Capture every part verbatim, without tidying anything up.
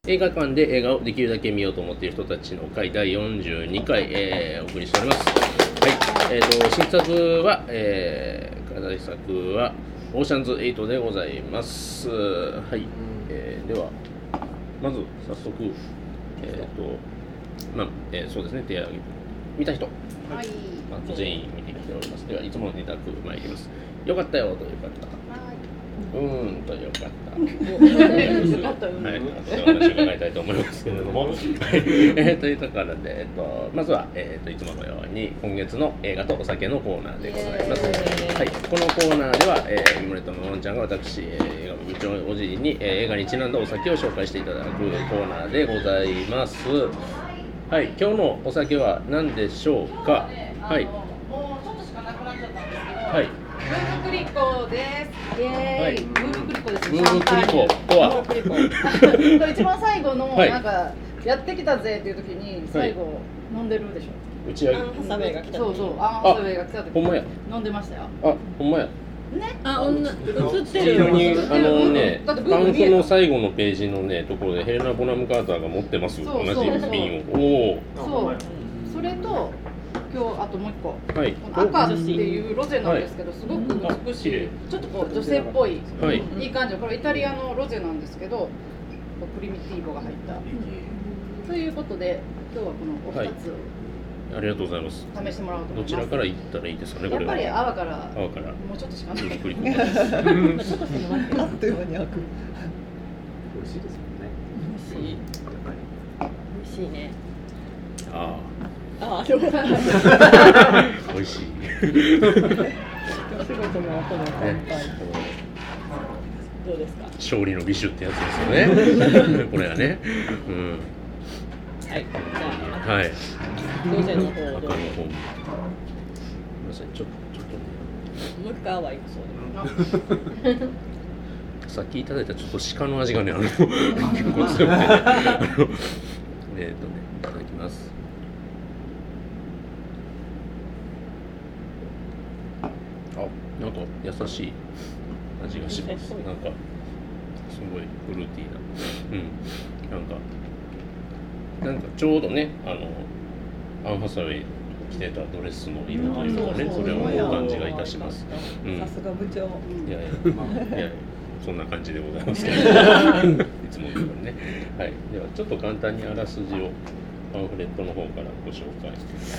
映画館で映画をできるだけ見ようと思っている人たちの会だいよんじゅうにかい、えー、お送りしております。はい、えーと、新作は、えー、課題作はオーシャンズエイトでございます。はい、えー、ではまず早速、えーとまあえー、そうですね、手を挙げて見た人、はい、あと全員見てきております。では、いつものに択参ります。よかったよとよかった。うーんとよかった。よかったよ。はい、お話を伺いたいと思いますけれども、はい、えー、というところで、えっとまずはえっといつものように今月の映画とお酒のコーナーでございます。はい、このコーナーでは、えー、イムレットののんちゃんが私、えー、映画部長おじいに、えー、映画にちなんだお酒を紹介していただくコーナーでございます。はい、今日のお酒は何でしょうか。はい。はい。 ブーブクリコです。イエーイ。はい、ブーブクリコです。 ブーブクリコとは。 ブーブクリコ。一番最後の、はい、なんかやってきたぜっていう時に最後、はい、飲んでるでしょ。 打ち上げ。 アンハサウェイが来た。そうそう。アンハサウェイが来た時。 ほんまや。 飲んでましたよ。 あ、ほんまや。 ね。 あ、女映ってるよ。 にあのね、パンフの最後のページのねところでヘレナ・ボナム・カーターが持ってます。同じ瓶を。おお。 そう。それと。今日あともう一個、 はい、 この赤っていうロゼなんですけど、すごく美しい、ちょっとこう女性っぽい、はい、いい感じのこれイタリアのロゼなんですけど、プリミティーボが入った、うん、ということで今日はこのお二つを、 はい、ありがとうございます。 試してもらおうと思います。 どちらからいったらいいですかね。これはやっぱり泡から泡からもうちょっとしかない。 ちょっとその待ってあっという間に開く。 美味しいですもんね。 美味しい。美味しいね。 ああ。 ああ、そう。美味しい。 お仕事の後の乾杯。どうですか。 勝利の美酒ってやつですよね。これはね。うん。 はい。じゃあ。 はい。 ロゼの方どうぞ。 赤の方。ごめんなさい。ちょちょっともう一回泡いくそうで。 さっきいただいたちょっと鹿の味がね、あの結構強くてね。あのえっとね、いただきます。なんか優しい味がします。なんかすごいフルーティーな、うん、なんかなんかちょうどね、あのアンハサウェイ着てたドレスの色というかね、それを思う感じがいたします。 さすが部長。 いやいや、まあ、いやそんな感じでございますけど、いつものようにね。はい、ではちょっと簡単にあらすじをパンフレットの方からご紹介。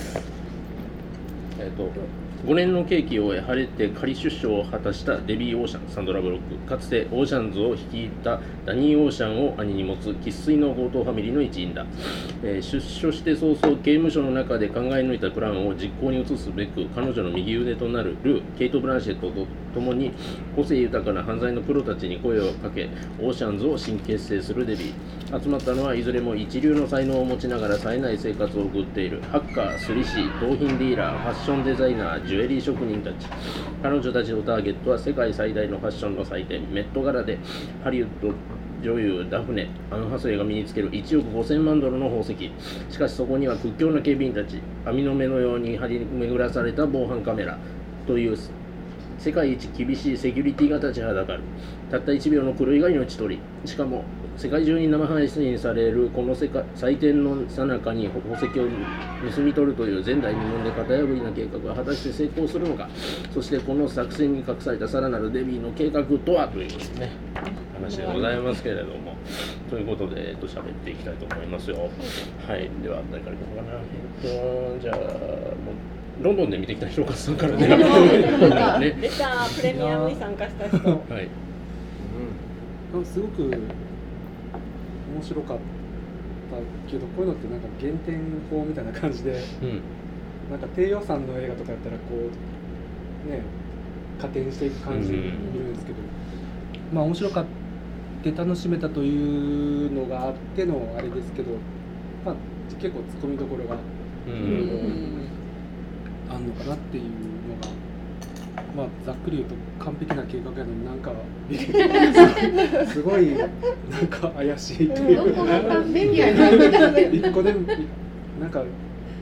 えっと。ごねんの刑期を終え晴れて仮出所を果たしたデビー・オーシャン、サンドラ・ブロック、かつてオーシャンズを率いたダニー・オーシャンを兄に持つ生粋の強盗ファミリーの一員だ。えー、出所して早々刑務所の中で考え抜いたプランを実行に移すべく彼女の右腕となるルー、ケイト・ブランシェットと共に個性豊かな犯罪のプロたちに声をかけオーシャンズを新結成するデビー。集まったのはいずれも一流の才能を持ちながら冴えない生活を送っているハッカー、スリ師、盗品ディーラー、ファッションデザイナー、ジュエリー職人たち。彼女たちのターゲットは世界最大のファッションの祭典メットガラでハリウッド女優ダフネ・アンハサウェイが身につけるいちおくごせんまんドルの宝石。しかしそこには屈強な警備員たち、網の目のように張り巡らされた防犯カメラという世界一厳しいセキュリティが立ちはだかる。たったいちびょうの狂いが命取り。しかも世界中に生配信されるこの世界祭典の最中に宝石を盗み取るという前代未聞で型破りな計画は果たして成功するのか。そしてこの作戦に隠されたさらなるデビーの計画とはというね話でございますけれども、ということで、えっと、喋っていきたいと思いますよ。はい、では誰からいこうかな。えっとじゃあもうロンドンで見てきた広川さんからね。 レタープレミアムに参加した人。 はい。 うん、すごく面白かったけど、こういうのってなんか減点法みたいな感じで、うん、なんか低予算の映画とかやったらこうね加点していく感じで見るんですけど、うん、まあ面白かって楽しめたというのがあってのあれですけど、まあ結構ツッコミどころがいろいろあんのかなっていうのが、まあざっくり言うと完璧な計画やのになんかすごいなんか怪しいというか、一個でなんか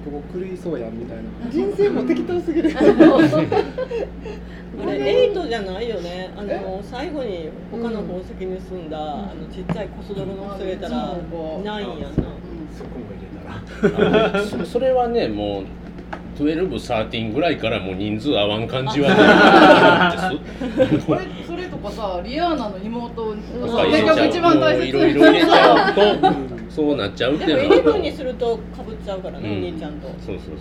ここ狂いそうやんみたいな。 人生も適当すぎる。 あれエイトじゃないよね。あの最後に他の宝石盗んだ、うん、あのちっちゃいコスドロの人入れたらないんやな。 そこも入れたら。 そ, それはねもうじゅうに、じゅうさんぐらいからもう人数合わん感じはないです。 これそれとかさリアーナの妹結局一番大切。 いろいろ入れちゃうとそうなっちゃうっていうのは。 でもイレブンにするとかぶっちゃうからね、うん、お兄ちゃんと。 そうそうそう。 なんか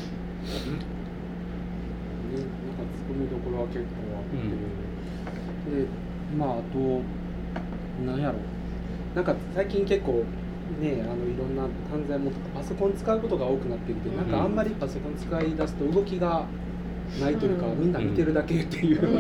ツッコミどころは結構あって、うん、でまああとなんやろなんか最近結構ねあのいろんな犯罪もパソコン使うことが多くなってきて、うん、なんかあんまりパソコン使い出すと動きがないというか、うん、みんな見てるだけっていう、うん、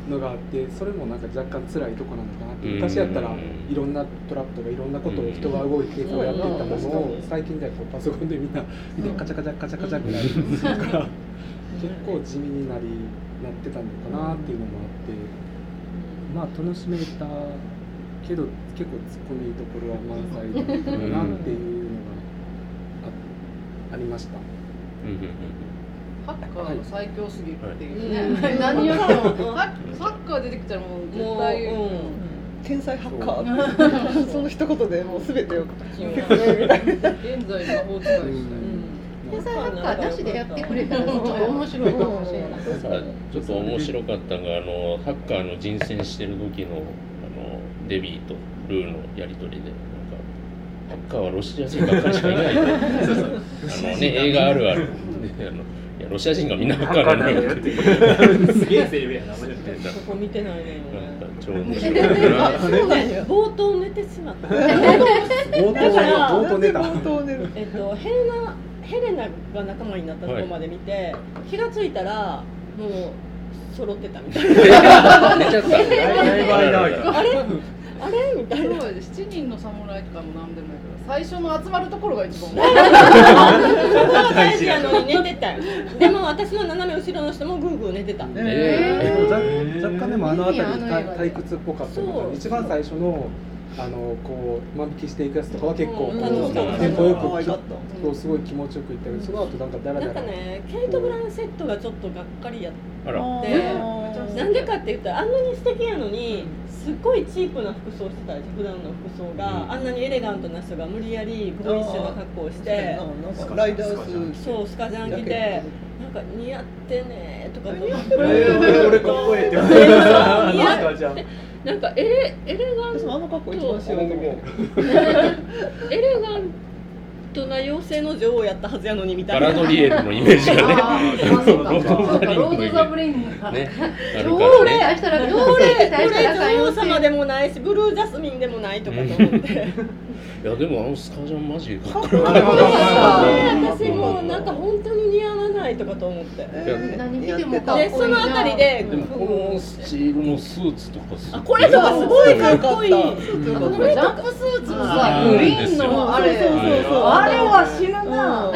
のがあってそれもなんか若干辛いとこなのかなって、うん、昔やったらいろんなトラップとかいろんなことを人が動いてこうやっていったものを最近ではこうパソコンでみんな見てカチャカチャカチャカチャってなるんですから結構地味になりなってたのかなっていうのもあってまあ楽しめたけど結構ツッコミどころは満載だったかなっていうのが あ, ありました。 ハッカーの最強すぎるっていうね、はい、何よりもハッカー出てきたらもう絶対、うん、 天才ハッカーその一言でもう全てを説明みたいな現在魔法使いして、うん天才ハッカーなしでやってくれたらちょっと面白いかもしれない。 ちょっと面白かったのがあのハッカーの人選してる時のあのデビーとルーのやり取りでなんかハッカーはロシア人ばっかりしかいないあの、ね、映画あるあるあのいやロシア人がみんなハッカーなんだよってすげえセリフやな。そこ見てないね。 超面白いな。 冒頭寝てしまった。 冒頭冒頭寝た。 冒頭寝る。 えっとヘレナヘレナが仲間になったところまで見て、はい、気がついたらもう揃ってたみたいな。寝ちゃった。 あれあれみたいな。 しちにんの侍とかもなんでもないけど最初の集まるところが一番。そこが大事やのに寝てたよ。でも私の斜め後ろの人もグーグー寝てた。 えー、若干でもあの辺り退屈っぽかったのが一番最初のあのこう間引きしていくやつとかは結構テンポよくすごい気持ちよくいったけどその後なんかダラダラ。 なんかねケイト・ブランセットがちょっとがっかりやってなんでかって言ったらあんなに素敵やのにすっごいチープな服装してた普段の服装があんなにエレガントな人が無理やりボーイッシュな格好をしてライダースそうスカジャン着てなんか似合ってねとかと思って俺かっこいいって似合ってなんかエレエレガントあの格好一番しようと思うエレガントな妖精の女王やったはずやのにみたいなガラドリエルのイメージがねロード・ザ・ブレインがね女王霊あしたら女王霊女王様でもないしブルージャスミンでもないとかと思っていやでもあのスカジャンマジかっこよかった私もなんか本当に似合わないとかと思って何見てもかっこいいなでそのあたりででもこのスチールのスーツとかすごいあこれとかすごいかっこいいジャンプスーツのさグリーンのあれあれは死ぬな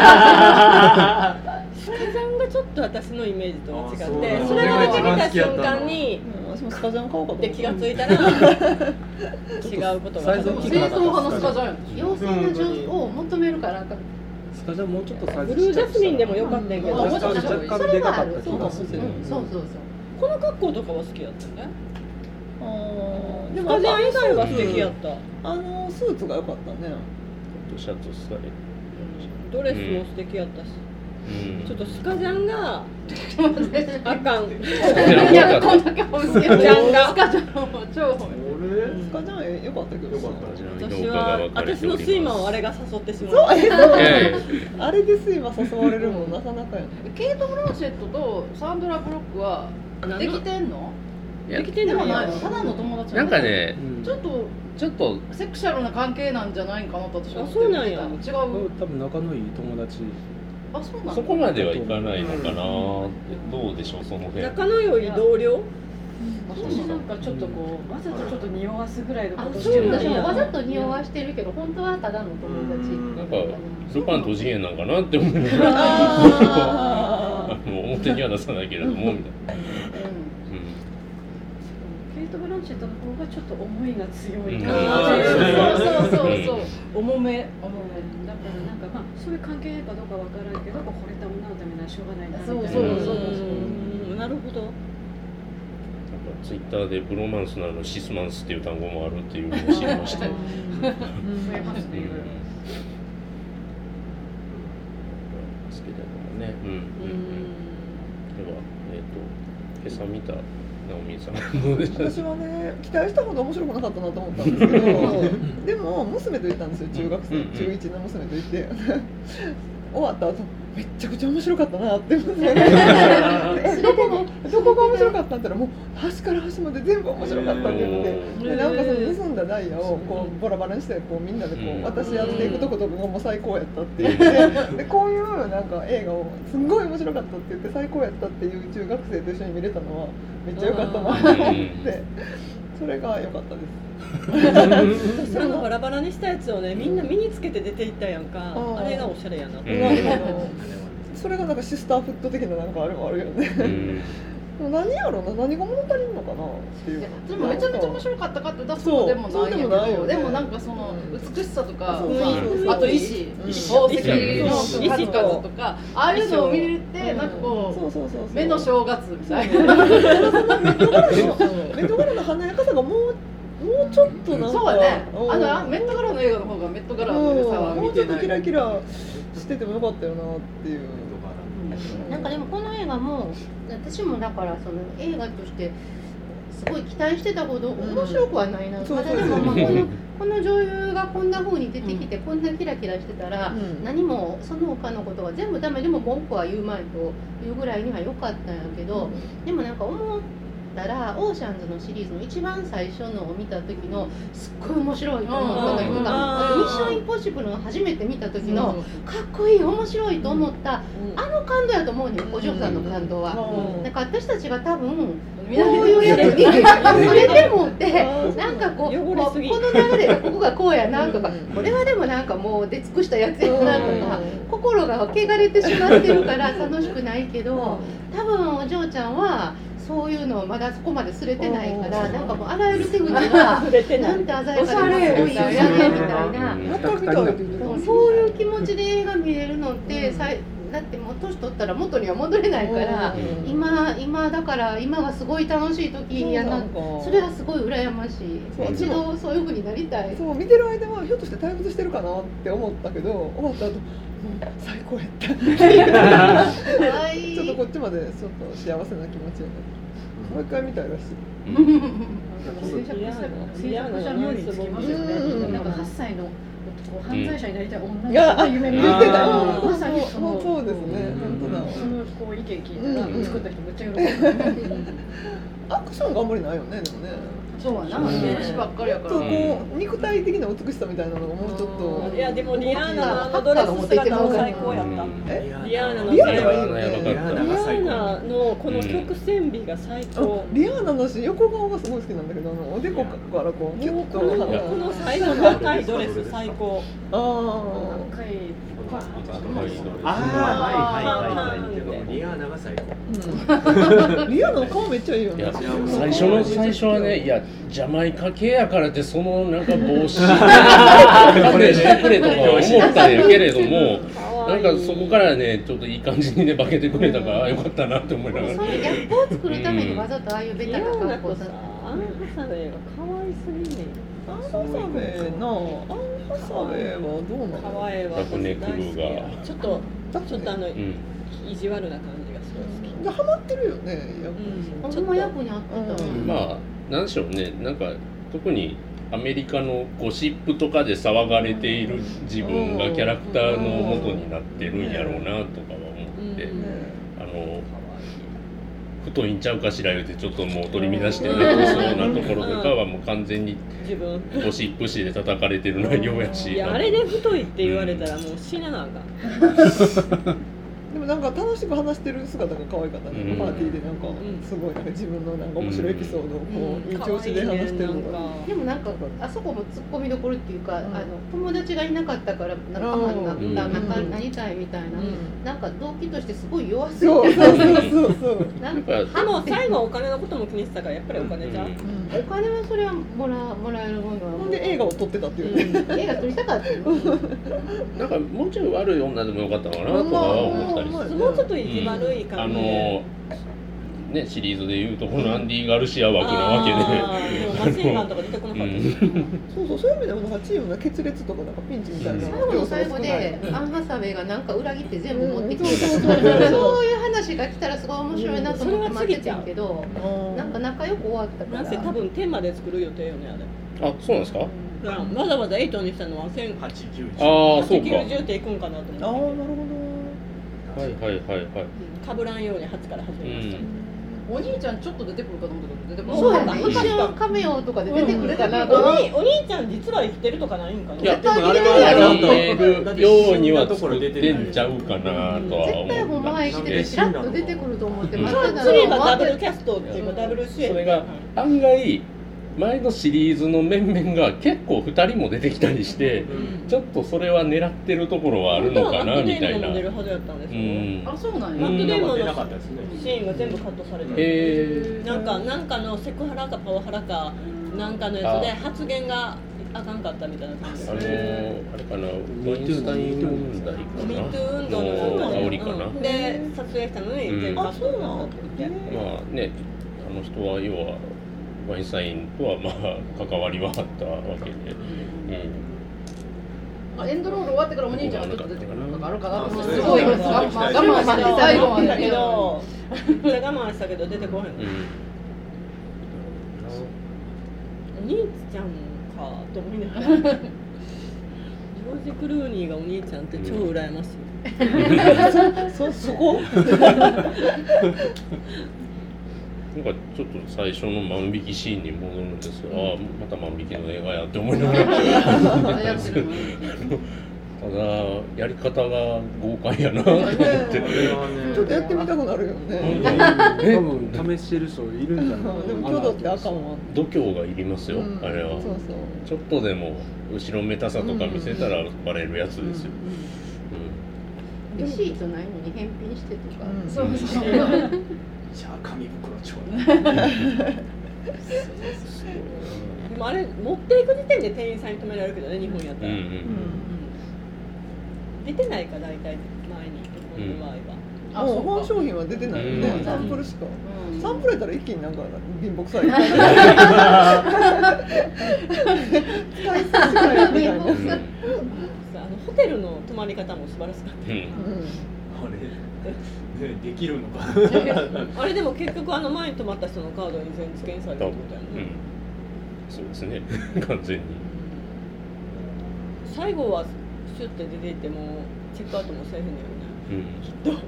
スカジャンがちょっと私のイメージとは違ってそれが出てきた瞬間に私もスカジャン買おうかとで気がついたら違うことが正統派のスカジャン妖精の女王を求めるからなんかスカジャンもうちょっとサイズブルージャスミンでもよかったんやけど若干若干でかかった気がする。 そうそうそうこの格好とかは好きやったねあでもスカジャン以外は素敵やった、 あのスーツが良かったねシャツスカレドレスも素敵やったし、 うん、 ちょっとスカジャンがあかんいやこんだけ欲しいスカジャンも超スカジャン良かったけど私は私の睡魔をあれが誘ってしまうそうえそうあれで睡魔誘われるもんなかなかやねケイト・ブランシェットとサンドラ・ブロックはできてんのできてんのでもないただの友達なんかねちょっとちょっとセクシャルな関係なんじゃないかなと私は思ってそうなんや違う多分仲のいい友達あそうなんだそこまではいかないのかな、どうでしょうその辺仲の良い同僚私なんかちょっとこうわざとちょっと匂わすぐらいのことそうしてる私もわざと匂わしてるけど本当はただの友達なんかルパンと次元なんかなって思うあの表には出さないけれどもみたいな、 ケイト・ト・ブランチェットの方がちょっと思いが強い、 うん、そうそうそうそう重め重めだからなんかまあそういう関係かどうかわからんけど惚れた女のためならしょうがないなみたいな。 そうそうそうそうなるほど。 ツイッターでブロマンスなのシスマンスっていう単語もあるっていうのを知りました。 増えますね。 好きだからね。うん。うん。では、えっと今朝見たナオミさんどうでした？ 私はね期待したほど面白くなかったなと思ったんですけど、でも娘と行ったんですよ中学生、うん、中いちの娘と行って終わった後めっちゃくちゃ面白かったなって思ってえどこがどこが面白かったんって言ったらもう端から端まで全部面白かったって言ってでなんかその盗んだダイヤをこうボラボラにしてこうみんなでこう渡し合っていくとことかがもう最高やったって言ってでこういうなんか映画をすんごい面白かったって言って最高やったっていう中学生と一緒に見れたのはめっちゃ良かったなと思ってそれが良かったです。 そのバラバラにしたやつをねみんな身につけて出ていったやんか、あれがおしゃれやな、うん、 それがなんかシスターフット的ななんかあれもあるよね、うん、何やろうな何が物足りんのかなっていう。 でもめちゃめちゃ面白かったかって出すそうでもないけど、でもなんかその美しさとか、あと石宝石の数々とかああいうのを見れてなんかこう目の正月みたいなメットガラの華やかさがもうもうちょっとなんかそうね、あのメットガラの映画の方がメットガラの良さは見てない。 もうちょっとキラキラしててもよかったよなっていう。 なんかでもこの映画も私もだからその映画としてすごい期待してたほど面白くはないな。ただでもまあこのこの女優がこんな風に出てきてこんなキラキラしてたら何もその他のことが全部ダメでも文句は言うまいというぐらいには良かったんやけど、でもなんか思ったらオーシャンズのシリーズの一番最初のを見た時のすっごい面白いと思ったのとか、ミッションインポッシブルの初めて見た時のかっこいい面白いと思ったあの感動やと思うねん、お嬢さんの感動は。なんか私たちが多分こういうやつにそれでもってなんかこうこの流れがここがこうやなとか、これはでもなんかもう出尽くしたやつやなとか、心が汚れてしまってるから楽しくないけど、多分お嬢ちゃんはそういうのをまだそこまですれてないから、なんかもうあらゆる手口がなんて鮮やかでかっこいいよねみたいな、そういう気持ちで映画見れるのってさいだってもう年取ったら元には戻れないから、今今だから今がすごい楽しい時やな、それがすごい羨ましい。一度そういう風になりたい。 そう見てる間はひょっとして退屈してるかなって思ったけど、終わった後最高やったちょっとこっちまでちょっと幸せな気持ちになってもう一回見たいらしい。 静寂者冥利につきますよね。なんかはっさいの犯罪者になりたい女の夢見てた。まさにそのそうですね。本当だ。 そのこう意見聞いたら作った人めっちゃ喜ぶ。 アクションがあんまりないよねでもね。 そうはな、話ばっかりやから。 とこう肉体的な美しさみたいなのがもうちょっと。 いやでもリアーナのドレス姿も最高やった。え？リアーナのリアーナはいいよね。リアーナのこの曲線美が最高。 リアーナのし横顔がすごい好きなんだけど、あのおでこからこうキュッとこの最後の赤いドレス最高。 ああ。 赤い。 ああはいはいはいはい。リアーナが最高。 リアーナの顔めっちゃいいよね。 最初の最初はね、いやジャマイカ系やからってそのなんか帽子勘弁してくれとか思ったんやけれども、なんかそこからねちょっといい感じにね化けてくれたからよかったなって思いながら。 そういうギャップを作るためにわざとああいうベタな格好だった。 アン・ハサウェイが可愛すぎね。 アン・ハサウェイな、アン・ハサウェイはどうなの？ 可愛いわ。 ラフネクルがちょっとちょっとあの、うん、意地悪な感じがすごい好き。 でハマってるよね。 うん、ちょっと役に合ってた。 うん、まあなんでしょうね、なんか特にアメリカのゴシップとかで騒がれている自分がキャラクターの元になってるんやろうなとかは思って、あの太いんちゃうかしら言うてちょっともう取り乱して泣きそうなところとかはもう完全にゴシップ誌で叩かれてる内容やし、 いやあれで太いって言われたらもう死ななあかん。 でももなんか楽しく話してる姿が可愛かったね、うん、パーティーでなんかすごいなんか自分のなんか面白いエピソードをこういい調子で話してるのが、うん、 でもなんかあそこもツッコミどころっていうか、うん、あの友達がいなかったから仲間になった、うん、仲になりたいみたいな、うん、なんか動機としてすごい弱すぎて、 そうそうそうそうなんかでも最後お金のことも気にしてたからやっぱりお金じゃん、うん、 お金はそれはもらもらえるものはほんで映画を撮ってたっていうね、 うん、映画撮りたかったよなんかもうちょい悪い女でもよかったのかなとか思ったりする、 もうちょっと意地悪い感じで、 うん、あのね、シリーズでいうとこのアンディ・ガルシア枠なわけで、 でもマシンガンとか出てこなかったです、うん、 そうそう、そういう意味でもなんかチームの決裂とかなんかピンチみたいな、 最後の最後でアン・ハサウェイがなんか裏切って全部持ってきて、そういう話が来たらすごい面白いなと思って待ってたけど、なんか仲良く終わったから。 なんせ多分テーマで作る予定よねあれ。 あ、そうなんですか？ わざわざエイトにしたのはせんはっぴゃくきゅうじゅう、 ああ、そうか。 きゅうじゅうっていくんかなと思って。 ああ、なるほど。はいはいはいはい。 かぶらんようにはちから始めました。 お兄ちゃんちょっと出てくるかと思ったけど出てこない。 そうやね。一瞬カメオとかで出てくるかなと。 お兄ちゃん実は生きてるとかないんかな。 いや、でもあれは見えるようには作ってんちゃうかなとは思う。 絶対ほんまは生きててちらっと出てくると思って待ってたの。次がダブルキャストっていうかダブル主演。 それが案外前のシリーズの面々が結構ふたりも出てきたりして、うん、ちょっとそれは狙ってるところはあるのかなみたいな。 出るはずやったんですよ、うん、 あ、そうなんや。 マットデーモンのシーンが全部カットされてる、えー、なんかなんかのセクハラかパワハラかなんかのやつで発言があかんかったみたいな感じで、 あのー、あれかな、ワインスタイン問題かな、 ミートゥー運動の煽りかな、 うん、で撮影したのに全部カットになったって言って、 まあね、あの人は要はワインスタインとはまあ関わりはあったわけで、 うん、あエンドロール終わってからお兄ちゃんがちょっと出てくるのがあるかなとすごい我慢して最後までだけどめっちゃ我慢したけど出てこへん、うん、お兄ちゃんかと思いながらジョージ・クルーニーがお兄ちゃんって超羨ましい、 そ, そ, そこなんかちょっと最初の万引きシーンに戻るんですけど、ああまた万引きの映画やって思いながらただやり方が豪快やなと思って、 ちょっとやってみたくなるよね。 多分試してる人いるんじゃない。 でも挙動ってあかんわ。 度胸がいりますよ、うん、あれは。そうそう。ちょっとでも後ろめたさとか見せたらバレるやつですよ。 レシートないのに返品してとか。 うん、そうそう。 じゃあ紙袋ちょうだい。でもあれ持っていく時点で店員さんに止められるけどね、日本やったら、うんうんうん、出てないか大体前に日本の場合は、 うん、もう本商品は出てないよね、うん、サンプルしか、うん、サンプルやったら一気になんか貧乏くさい使い捨てしかないみたいな、うん、あのホテルの泊まり方も素晴らしかった、うんうん、 あれできるのかあれでも結局あの前に泊まった人のカードに全付けにされたみたいな、うん、 そうですね完全に最後はシュッて出ていってもチェックアウトもせえへんのよね、うん、きっと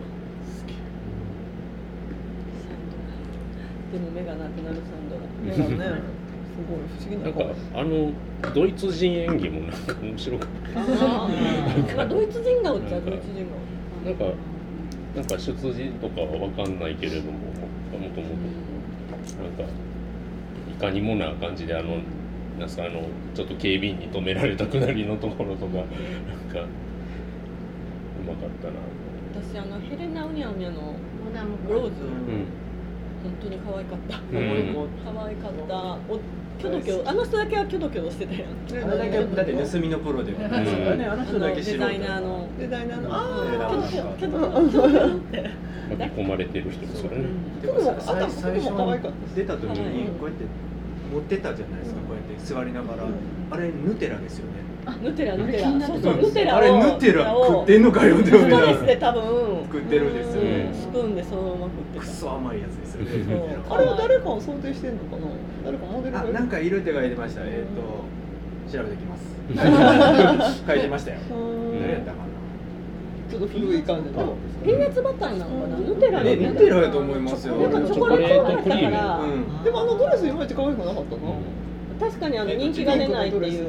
でも目がなくなるサンドラ目がねすごい不思議ななんかあのドイツ人演技もなんか面白かったああドイツ人顔っちゃドイツ人顔なんかなんか出自とかは分かんないけれども、もともとなんかいかにもな感じであのなんすかあのちょっと警備員に止められたくなりのところとかなんかうまかったな。 私あのヘレナウニャウニャのローズ、うん、本当に可愛かった。うん、可愛かった。おキョドキョドあの人だけはキョドキョドしてたやん。 あのだけだって盗みのプロで、うん、あの人だけデザイナーのデザイナーのああキョドキョドキョドキョドって巻き込まれてる人ですよね。 でも最初出た時にこうやって持ってたじゃないですか、こうやって座りながら、あれヌテラですよね。 あヌテラヌテラそうそうヌテラあれヌテラ食ってんのかよってストレスで多分食ってるんですよね。 スプーンでそのまま食ってた。 クソ甘いやつですよね。 あれは誰かを想定してんのかな。誰かモデルがいる。 あなんかいるって書いてました。えっと調べてきます。書いてましたよ。誰やったかな。 ちょっと古い感じのピーナッツバターなのかな。ヌテラヌテラやと思いますよ。 なんかチョコレートクリーム。 でもあのドレスいまいち可愛くなかったな。 確かにあの人気が出ないっていう。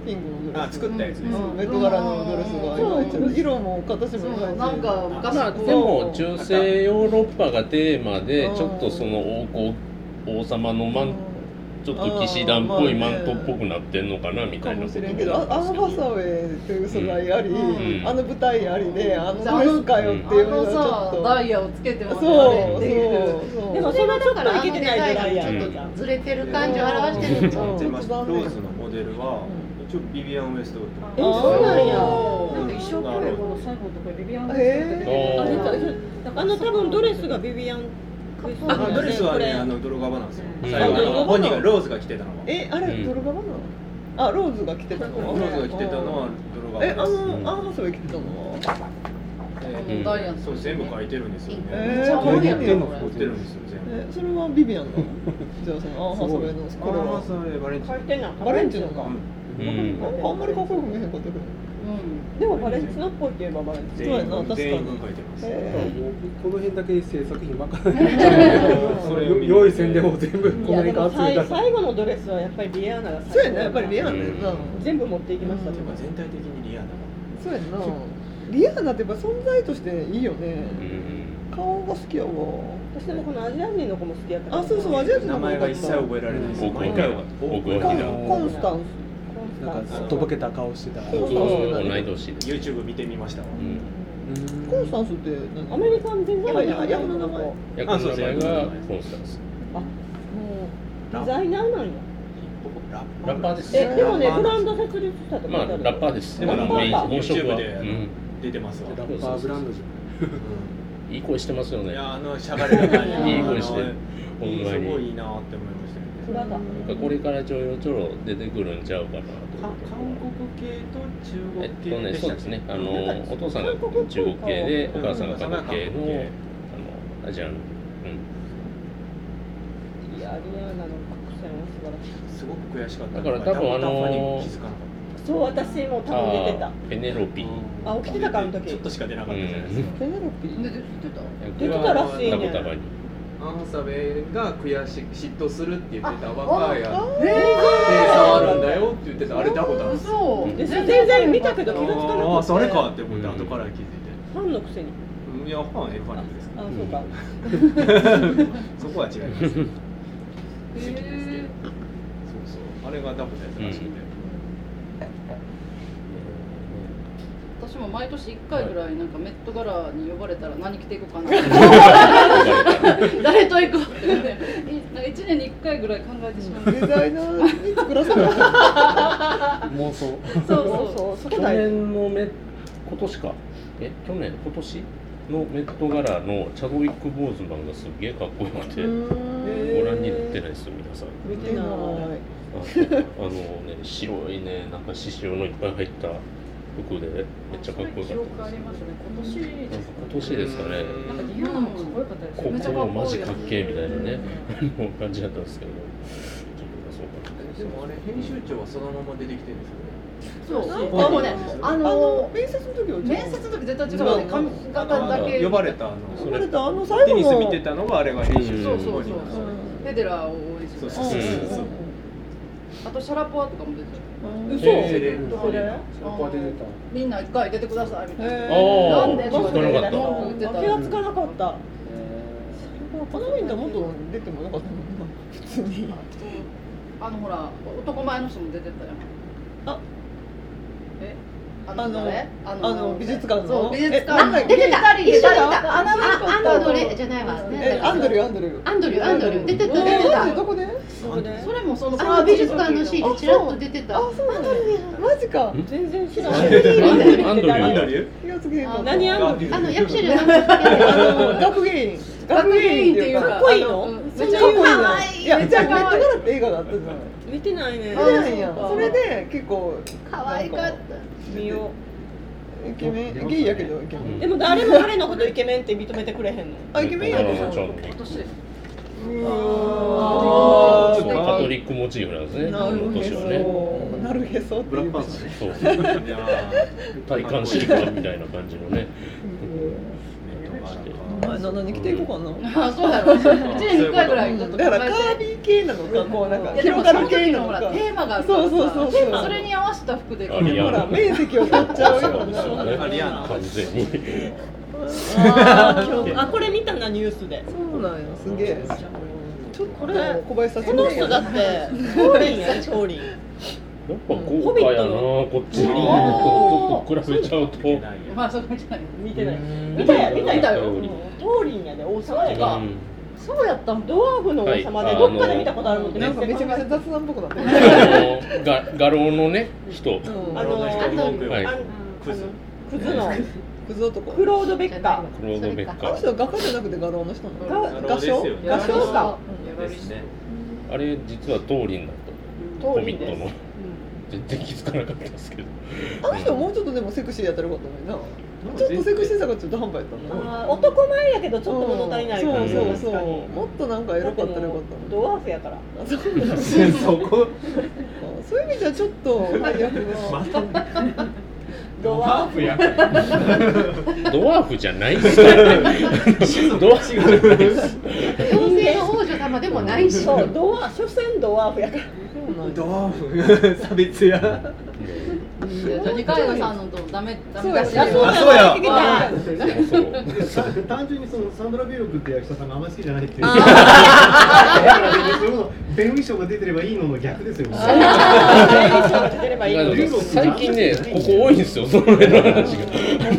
ピンクのドレス。 あ、作ったやつです。 メット柄のドレスが今一応色も形もそうなんか昔まあでも中世ヨーロッパがテーマでちょっとその王侯王様のマンちょっと騎士団っぽいマントっぽくなってんのかなみたいなことかもしれんけど、あのハサウェイという素材あり、 うん、 あの舞台ありで、あのドレスかよっていうのがちょっとダイヤをつけてもそうそうでもそれはちょっといけてないドライヤーちょっとずれてる感じを表してるんじゃん。 ローズのモデルは一応ビビアン・ウエストウッド。 え、そうなんや。 なんか一生懸命この最後のところビビアンが出てて、 あの多分ドレスがビビアン。 あ、ドレスはね、あのドルガバなんですよ。最後本人がローズが着てたのは。 え、あれドルガバなの？あ、ローズが着てたのは。 ローズが着てたのはドルガバ。 え、あのアーマスウェイ着てたのは？ え、ダイアンそう全部書いてるんですよね。 えー、これ全部売ってるんですよ全部。 え、それはビビアンなの？じゃあそのアーマスウェイのこれは。 アーマスウェイバレンチ書いてんの？ バレンチノか。 うん、 あんまりかっこよく見えへんかったけど。 うん、でもバレンチノっぽいって言えばバレンチノ。 そうやな、確かに。 全員分書いてます。 この辺だけ制作費まかないそれ用意せんでも全部この辺から集めた。 最後のドレスはやっぱりリアーナがそうやね、やっぱりリアーナやな。 全部持っていきましたね。 全体的にリアーナが。 そうやな。リアーナってやっぱ存在としていいよね。顔が好きやわ。 私でもこのアジア人の子も好きやった。 あ、そうそう、アジア人の名前が一切覚えられないです。毎回は僕はコンスタンス。 なんかとぼけた顔してた。 僕は同い年で YouTube 見てみましたわ。 コンスタンスって何？ アメリカンデザイナー。 役の名前。 役の名前がコンスタンス。 あ、もうデザイナーなんや。 ラッパーです。 え、でもね、ブランド設立したとか。 まあラッパーです。 でもメイン本職は YouTube で出てますわ。 ラッパーブランドじゃん。いい声してますよね。 いや、あのしゃがれた感じ。 いい声して。 ほんまにすごいいいなって思いましたね。 これからちょろちょろ出てくるんちゃうかなと。 韓国系と中国系。 えっとね、そうですね。あのお父さんが中国系で、お母さんが韓国系のあのアジアン。 いや、リアーナの曲線は素晴らしい。 すごく悔しかった。 だから多分あのそう、私も多分出てた。 ペネロピー。 あ、起きてたかあの時。 ちょっとしか出なかったじゃないですか。 ペネロピー。 出てた。 出てたらしいね。 アン・ハサウェイが悔し嫉妬するって言ってた若いやつで触るんだよって言ってた。あれダボだ。 そう全然見たけど気がつかなかった。 あ、それかって思って後から気づいて。 ファンのくせに。 いや、ファンエファンです。 あ、そうか。 そこは違います。そうそう、あれがダボだやつらしくて。 私も毎年いっかいぐらいなんかメットガラに呼ばれたら何着ていこうかな誰と行こうってね、いちねんにいっかいぐらい考えてしまう。 デザイナーに作らせる妄想。 そうそうそう。去年のメ今年かえ去年今年のメットガラのチャドウィック・ボーズマンがすげえかっこよくてご覧になってないです皆さん。 見てない。 あのね白いねなんか刺繍のいっぱい入った服でめっちゃかっこよかったです。 記憶ありますね。今年今年ですかね。 なんかリアーナもかっこよかったですよ。 めっちゃかっこいい。マジかっけーみたいなね感じだったんですけど。ちょっとそうかったです。 でもあれ編集長はそのまま出てきてるんですよね。 そう。でもね、あの面接の時は面接の時絶対違うね。髪型だけ呼ばれたあの呼ばれたあの最後のテニス見てたのがあれが編集長。 そうそうそう。フェデラーを応援してた。そうそうそう。あとシャラポワとかも出てた。 嘘。 どこで？みんな一回出てくださいみたいな。なんで？ 気がつかなかった。 気がつかなかった。 あのみんなもっと出てもよかったのかな普通に。 あのほら男前の人も出てたよ。 あ、 え？ あのあの美術館の。 そう美術館出てた出てた。 アナアンドレじゃないわ。 え、アンドリューアンドリュー。 アンドリューアンドリュー出てた出てた。 どこで？ それもそのあの美術館のシーンでちらっと出てた。 あ、そうなんだ。マジか。 全然知らない。 アンドリュー。アンドリュー。 気がつけへんかった。 何アンドリュー？ あの役者じゃなくて学芸員。 学芸員っていうかかっこいいの？ めっちゃかわいい。いや、めっちゃメットガラって映画があったじゃない。 見てないね。 見てないやん。それで結構可愛かった。 見よう。イケメン、ゲイやけどイケメン。 でも誰も彼のことイケメンって認めてくれへんの。 あ、イケメンやでしょ。 今年。 ああ、ちょっとカトリックモチーフなんですね。 なるへそ。なるへそ。 ブラックパンツね。 そう。体感シリコンみたいな感じのね。 前な何着ていこうかな。 あ、そうだろう。いちねんにいっかいぐらいちょっとだからカービィ系なのかこうなんか広がる系なのか。 テーマがあるそうそうそう。 それに合わせた服で。 あリアーナほら面積を取っちゃうよ。 あリアーナ完全に。 ああこれ見たなニュースで。 そうなんやすげえ。ちょっと小林さんこの人だってトーリンやねトーリン。 やっぱ豪華やなこっちにと比べちゃうと。 まあそこ見てない。 見てない。見たや見た見たよ。トーリンやで王様やか。そうやったん。ドワーフの王様でどっかで見たことあるのってなんかめちゃめちゃ雑談っぽくなってる。 が画廊のね人。 あのあのクズクズのクズ男。 クロードベッカ。 クロードベッカ。 あの人は画家じゃなくて画廊の人なの。画商？ 画商か。 あれ実はトーリンだった。ホビットの。全然気づかなかったですけど。 あの人はもうちょっとでもセクシーやったらよかったのにな。ちょっとセクシーさが中途半端やったの。 あ男前やけどちょっと物足りない感じ。 そうそうそう。もっとなんかエロかったらよかったの。 ドワーフやから。 そうそこ。 そういう意味じゃちょっと配役の。 ドワーフや。 ドワーフじゃないですよ。ドワーフじゃないです。 妖精の王女様でもないし。 そうドワ所詮ドワーフやから。 ドワーフ差別や。 ジョニー・カイナさんのとダメダメだし。 あそうや。 単純にそのサンドラ・ビューロックって役者さんがあんまり好きじゃないっていう。ベン・ウィショーが出てればいいのの逆ですよ。 最近ねここ多いんですよその辺の話が。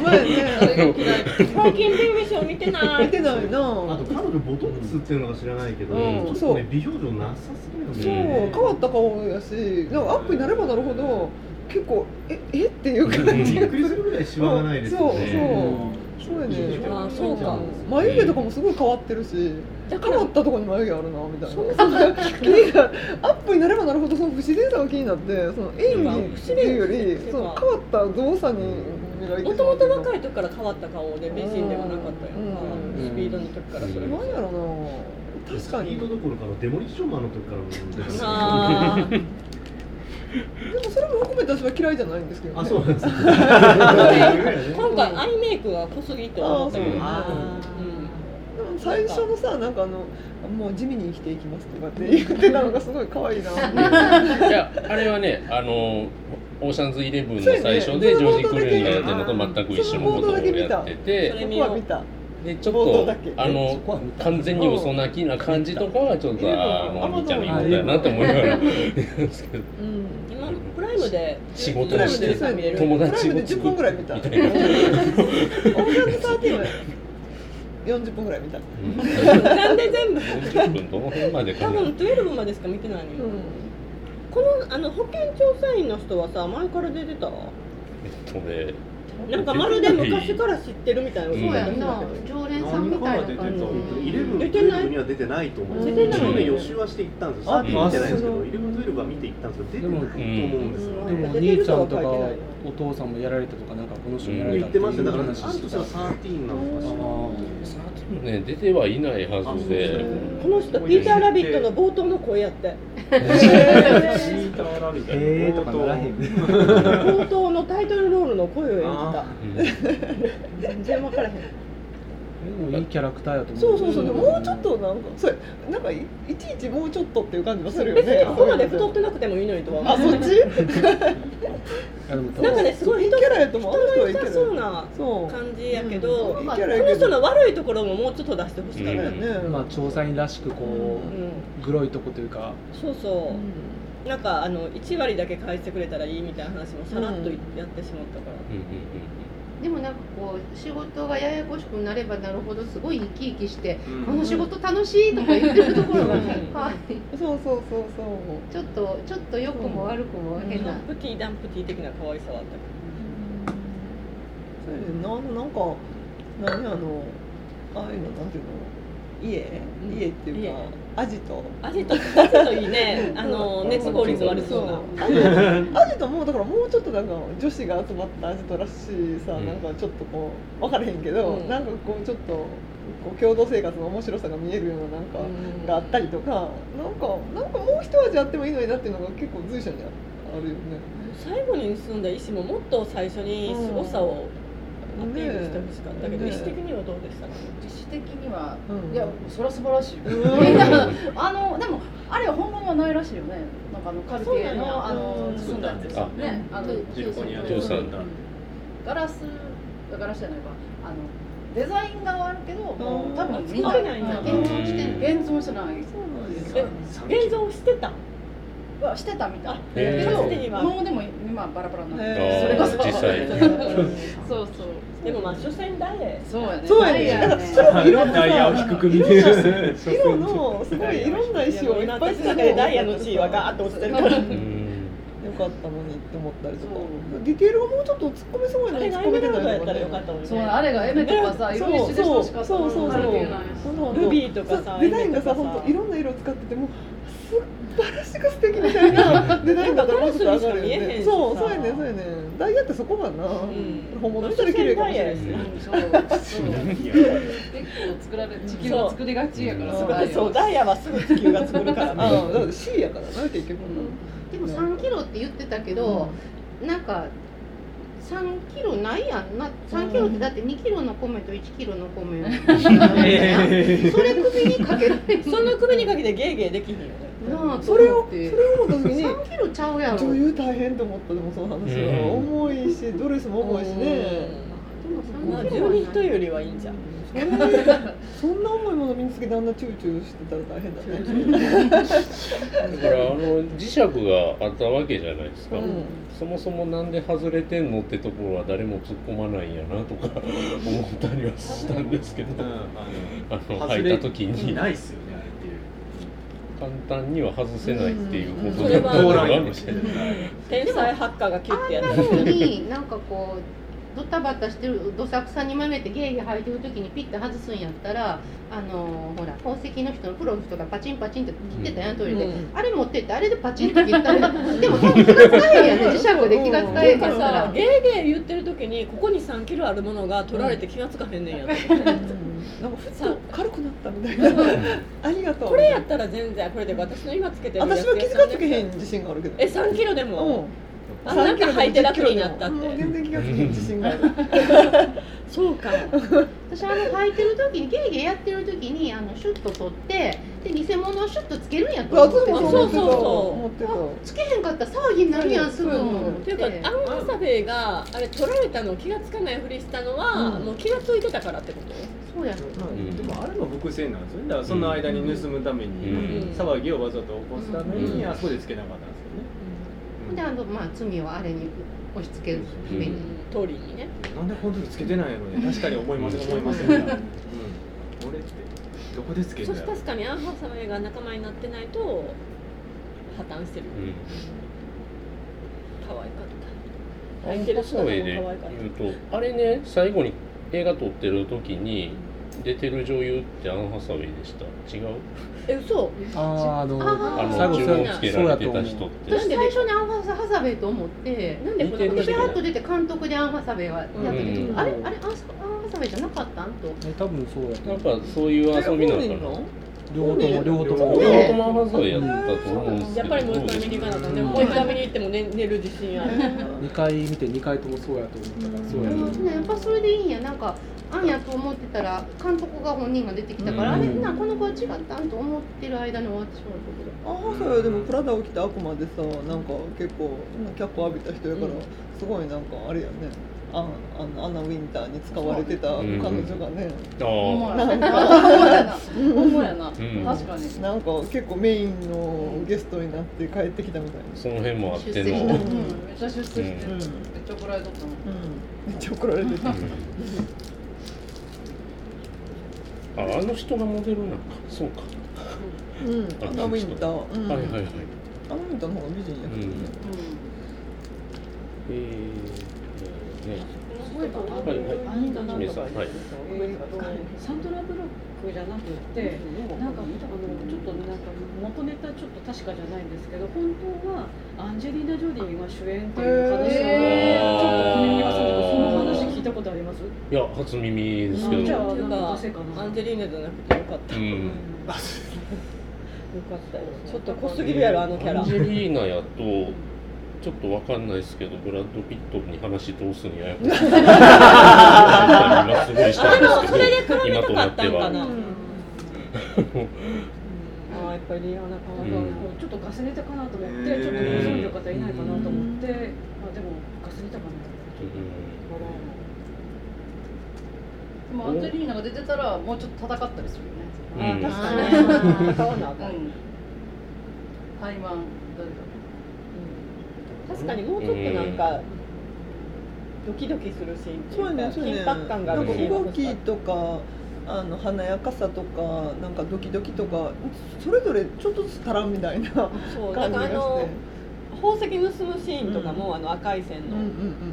最近ベン・ウィショー見てない。 見てないな。 あと彼女ボトックスっていうのか知らないけど、ちょっとね美表情なさすぎるんですそうよね。 変わった顔やし、なんかアップになればなるほど結構ええっていう感じびっくりするぐらいシワがないですよね。 そうそうそうやね。 あそうか。 眉毛とかもすごい変わってるし、変わったところに眉毛あるなみたいな。気になアップになればなるほどその不自然さが気になって、その演技っていうよりその変わった動作に見られて。 もともと若い時から変わった顔で美人ではなかったよ。スピードの時からそれ。 なんやろな。確かに。 スピードどころかのデモリッションマンの時からも出てます。 ああ。 でもそれも含めて私は嫌いじゃないんですけどね。 あ、そうなんです。 今回アイメイクが濃すぎと思ったけどね。 最初のさなんかあのもう地味に生きていきますとかって言ってたのがすごい可愛いな。いやあれはねあのオーシャンズイレブンの最初でジョージ・クルーニーがやってるのと全く一緒のことをやってて。 そこは見た。 でちょっとあの完全に嘘泣きな感じとかはちょっとあのお兄ちゃんの妹やなって思いながらですけど。 今プライムで仕事をして友達をじゅっぷんぐらい見た。オーシャンズサーティーンはよんじゅっぷんぐらい見た。 なんで全部？ よんじゅっぷんどの辺までかな。 多分じゅうにまでしか見てないのよ。このあの保険調査員の人はさ前から出てた？ えっとね。 なんかまるで昔から知ってるみたいな。 そうやな。常連さんみたいな感じ。 イレブン、トゥエルブには出てないと思うんですよ。自分で予習はしていったんですよ。サーティーン見てないんですけど、イレブン、トゥエルブは見ていったんですけど、出てないと思うんですよ。 でも兄ちゃんとかお父さんもやられたとかなんかこの人やられたって言ってました。だからあんとしたらサーティーンなのかしら。 サーティーンね出てはいないはずで。 この人ピーターラビットの冒頭の声やって。 ピーターラビット。 えーとかならへん。 冒頭のタイトルロールの声を演じた。全然分からへん。 でもいいキャラクターやと思う。 そうそうそう。もうちょっとなんかそれなんか い, いちいちもうちょっとっていう感じがするよね。 別にここまで太ってなくてもいいのにとは。 あそっち？ なんかねすごい人キャラやと思う。 人の痛そうな感じやけど、この人の悪いところももうちょっと出してほしかったよね。 まあ調査員らしくこうグロいとこというか。 そうそう。なんかあのいち割だけ返してくれたらいいみたいな話もさらっとやってしまったから。 でもなんかこう仕事がややこしくなればなるほどすごい生き生きして、うん、この仕事楽しいとか言ってるところがね、はい、 そうそうそうそうちょっとちょっと良くも悪くも変な、 うん、プティダンプティ的な可愛さはあったけど、うん、それでななんか何あのああいうのなんていうの家家っていうかアジトアジトアジトいいねあの熱効率悪そうなアジトもだからもうちょっとなんか女子が集まったアジトらしいさ、うん、なんかちょっとこう分からへんけど、うん、なんかこうちょっとこう共同生活の面白さが見えるようななんかがあったりとか、なんかなんかもう一味あってもいいのになっていうのが結構随所にあるよね。 最後に盗んだ石ももっと最初に凄さをアピールしてほしかったけど、意思的にはどうでしたか？ 意思的には、いやそれは素晴らしい。みんなあのでもあれは本物はないらしいよね。なんかあのカルティエのあの作ったんですよね。あのジルコニアジョーさんだ。 ガラスガラスじゃないか。あのデザインがあるけど、もう多分みんな現存して現存してない。 現存してた。 はしてたみたい。けどもうでも今バラバラになって。 それこそ実際。 そうそう。 でもまあ所詮ダイヤ。 そうやね。 そうやね。 ダイヤを低く見てる。 色のすごいいろんな石をいっぱいしてでダイヤの地位はガーッと落ちてるから。 よかったのにって思ったりとか、ディテールがもうちょっと突っ込めそうやのに突っ込めてないやったらよかったのに。 そうあれがエメとかさ、色石でしかそうそうそうルビーとかさ、 デザインがさ本当いろんな色使ってても素晴らしく素敵みたいなデザインだったらもうちょっと上がるよね。そうそうやねそうやね。ダイヤってそこがな、本物したら綺麗かもしれないし。 そうそう。結構作られ地球を作りがちやから。 そうダイヤはすぐ地球が作るからね。 ああだから シー やからな結局。 でもさんキロって言ってたけど、うん、なんかさんキロないやんな。さんキロってだってにキロの米といちキロの米をそれ首にかけるその首にかけてゲーゲーできひんよなあ。それをそれを思った時にさんキロちゃうやろ。 女優大変と思った。でもその話は重いしドレスも重いしね。 十二人よりはいいんじゃん。 そんな重いもの身につけてあんなチューチューしてたら大変だね。 だからあの磁石があったわけじゃないですか、うん、そもそもなんで外れてんのってところは誰も突っ込まないんやなとか思ったりはしたんですけど、うん、あの履いた時にないっすよねあれっていう簡単には外せないっていうことだったのかもしれない。天才ハッカーがキュッてやったのになんかこうドタバタしてるどさくさにまめてゲーゲー履いてる時にピッて外すんやったらあのー、ほら宝石の人のプロの人がパチンパチンって切ってたやんトイレで、うん、あれ持ってってあれでパチンと切ったらでも多分気がつかへんやんね。磁石で気がつかへんからさゲーゲー言ってる時にここにさんキロあるものが取られて気がつかへんねんやん、うん、なんかふっと軽くなったみたいなありがとう。 これやったら全然これで私の今つけてるやつ私は気がつけへん自信があるけどえさんキロでも、うんあなんか履いて楽になったって。 全然気がつけ自信がある。 そうか。 私あの履いてる時にゲーゲーやってる時にあのシュッと取ってで偽物をシュッとつけるんやと思って。 そうそうそう。 つけへんかったら騒ぎになるやんすぐ。 っていうかアン・ハサウェイがあれ取られたの気がつかないふりしたのはもう気がついてたからってこと？ そうやろ。 でもあれも伏線なんですよね。だからその間に盗むために騒ぎをわざと起こすためにあそこでつけなかったんですよね。 であのまあ罪をあれに押し付けるために、うん、 通りにね。 なんでこの時つけてないのね。確かに思います思いますよね。うん。俺ってどこでつけるんだよ。 そして確かにアン・ハサウェイが仲間になってないと破綻してる。うん、可愛かった。 アン・ハサウェイで言うとあれね最後に映画撮ってる時に出てる女優ってアン・ハサウェイでした。違う？ え、嘘？ ああ、あの、 あの注文つけられてた人って。 私最初にアン・ハサウェイと思って、なんでこのピャーっと出て監督でアン・ハサウェイはやったけど、あれあれアン・ハサウェイじゃなかったんと。 多分そうや。 なんかそういう遊びなのかな。 両方とも両方とも両方ともアン・ハサウェイやったと思うんですけど。 やっぱりもう一回見に行かなかった。でももう一回見に行っても寝る自信ある。 二回見て二回ともそうやと思ったからそうやな。 やっぱそれでいいんや。なんかアンやと思ってたら監督が本人が出てきたから、あれなこの子は違ったんと思ってる間に終わってしまうことで。 ああそうや。でもプラダを着た悪魔でさなんか結構脚光浴びた人やから、すごいなんかあれやね。ああのアナ・ウィンターに使われてた彼女がね、 ほんまやな、ほんまやな、確かになんか結構メインのゲストになって帰ってきたみたいな。 その辺もあっての、 めっちゃ出世して、めっちゃ怒られとったの。 めっちゃ怒られてた。 あ、あの人がモデルなんか、そうか。 うん、アナ・ウィンター。 はいはいはい。 アナ・ウィンターの方が美人やったね。 えーね、 例えばあの、はいはい、なんかはい、サンドラ・ブロックじゃなくて、なんかあのちょっとなんか元ネタちょっと確かじゃないんですけど、本当はアンジェリーナ・ジョリーが主演っていう話がちょっと小耳に挟んで、その話聞いたことあります？ いや、初耳ですけど。 じゃあなんかせかな。 アンジェリーナじゃなくてよかった。うん、よかったよ。ちょっと濃すぎるやろあのキャラ。 アンジェリーナやと。ちちょっとわかんないですけど、ブラッド・ピットに話通すにややこしい今すごいしたんですけど、 それで絡め今となたかっったては。 んかな。 ああやっぱりなかなか、うん、ちょっとガスネタかなと思って、ちょっとご存知の方いないかなと思って、あでもガスネタかなと思って。 でもアンジェリーナが出てたらもうちょっと戦ったりするよね。 うん、確かに戦わなあかん。 タイマン誰だ。 確かにもうちょっとなんかドキドキするシーンというか、緊迫感があるシーン動きとかあの華やかさとかなんかドキドキとかそれぞれちょっとずつ足らんみたいな感じがして。 宝石盗むシーンとかも、うん、あの赤い線の、うんうんうん、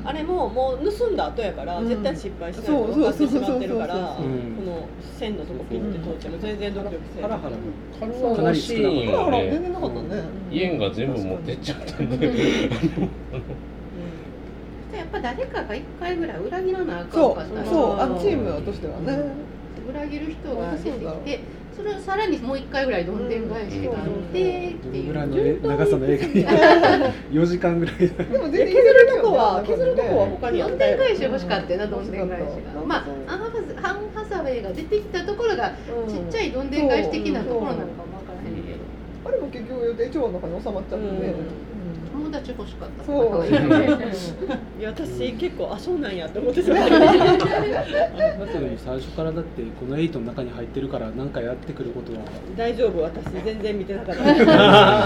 あれももう盗んだ後やから、うん、絶対失敗しないと分かってしまってるから、この線のとこピッて通っても全然ドキドキせえへん。ハラハラかなり少なかったね。 ハラハラ全然なかったね。 イエンが全部持ってっちゃったんで。 やっぱ誰かが一回ぐらい裏切らなあかんかったら、 そうそうあのチームとしてはね。 裏切る人が出てきて。それをさらにもう一回ぐらいどんでん返しがあってっていうぐらいの長さの映画によじかんぐらいでも削るとこは削るとこは他にあったよ。 どんでん返し欲しかったよな、どんでん返しが。まあアン・ハサウェイが出てきたところがちっちゃいどんでん返し的なところなのかもわからへんけど、 あれも結局予定調和の中に収まっちゃってね。 友達欲しかった。 そう。 いや私結構あそうなんやって思ってた。だって最初からだってこのエイトの中に入ってるから何かやってくることは大丈夫。私全然見てなかった。一二三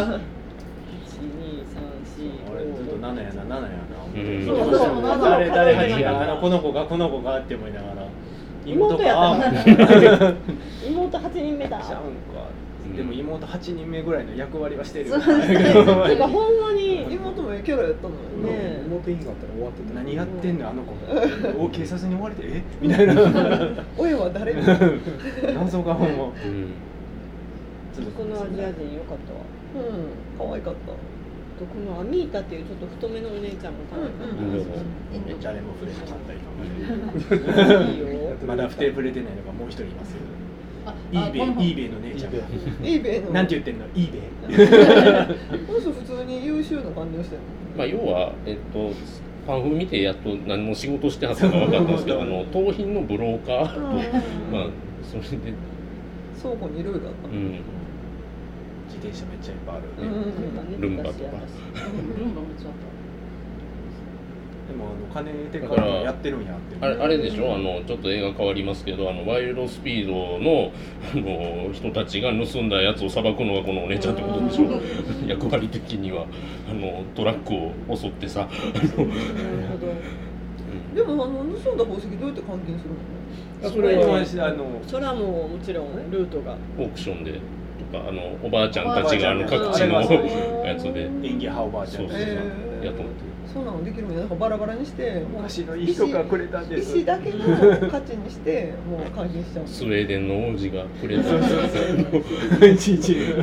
四。 俺ずっと七やな七やな。 そうそう。 誰誰八があのこの子がこの子がって思いながら。 妹やった。妹八人目だ。 でも妹はちにんめぐらいの役割はしてる。 なんかほんまに妹もキャラやったのよね。 妹いいんかったら終わってた。 何やってんのあの子。お警察に追われてえみたいな。 親は誰？ 謎がほんま。 このアジア人良かったわ。 うん可愛かった。 このアミータっていうちょっと太めのお姉ちゃんも可愛かった。 めっちゃあれも触れなかったり。いいよ。まだ不定触れてないのがもう一人います。イーベイ、イーベイの姉ちゃん。イーベイの。 なんて言ってんの？イーベイ。 この人普通に優秀な感じをしてる。 まあ要はえっとパンフ見てやっと何の仕事してはったか分かったんですけど、あの盗品のブローカーと、まあそれで倉庫にいろいろあった。 うん。 自転車めっちゃいっぱいあるね。ルンバとか。ルンバめっちゃあった。でもあの金手からやってるんやってあれ、あれでしょ、あのちょっと映画変わりますけど、あのワイルドスピードの、あの人たちが盗んだやつを裁くのがこのお姉ちゃんってことでしょ役割的にはあのトラックを襲ってさ。なるほど。 でもあの盗んだ宝石どうやって換金するの？ それはあのそれはもうもちろんルートがオークションでとか、あのおばあちゃんたちがあの各地のやつで演技派おばあちゃんそうそうそうやと思って。 そうなのできるんや。なんかバラバラにして昔のいい人がくれたんです。 石だけの価値にしてもう換金しちゃう。 スウェーデンの王子がくれた。 いちいち。でも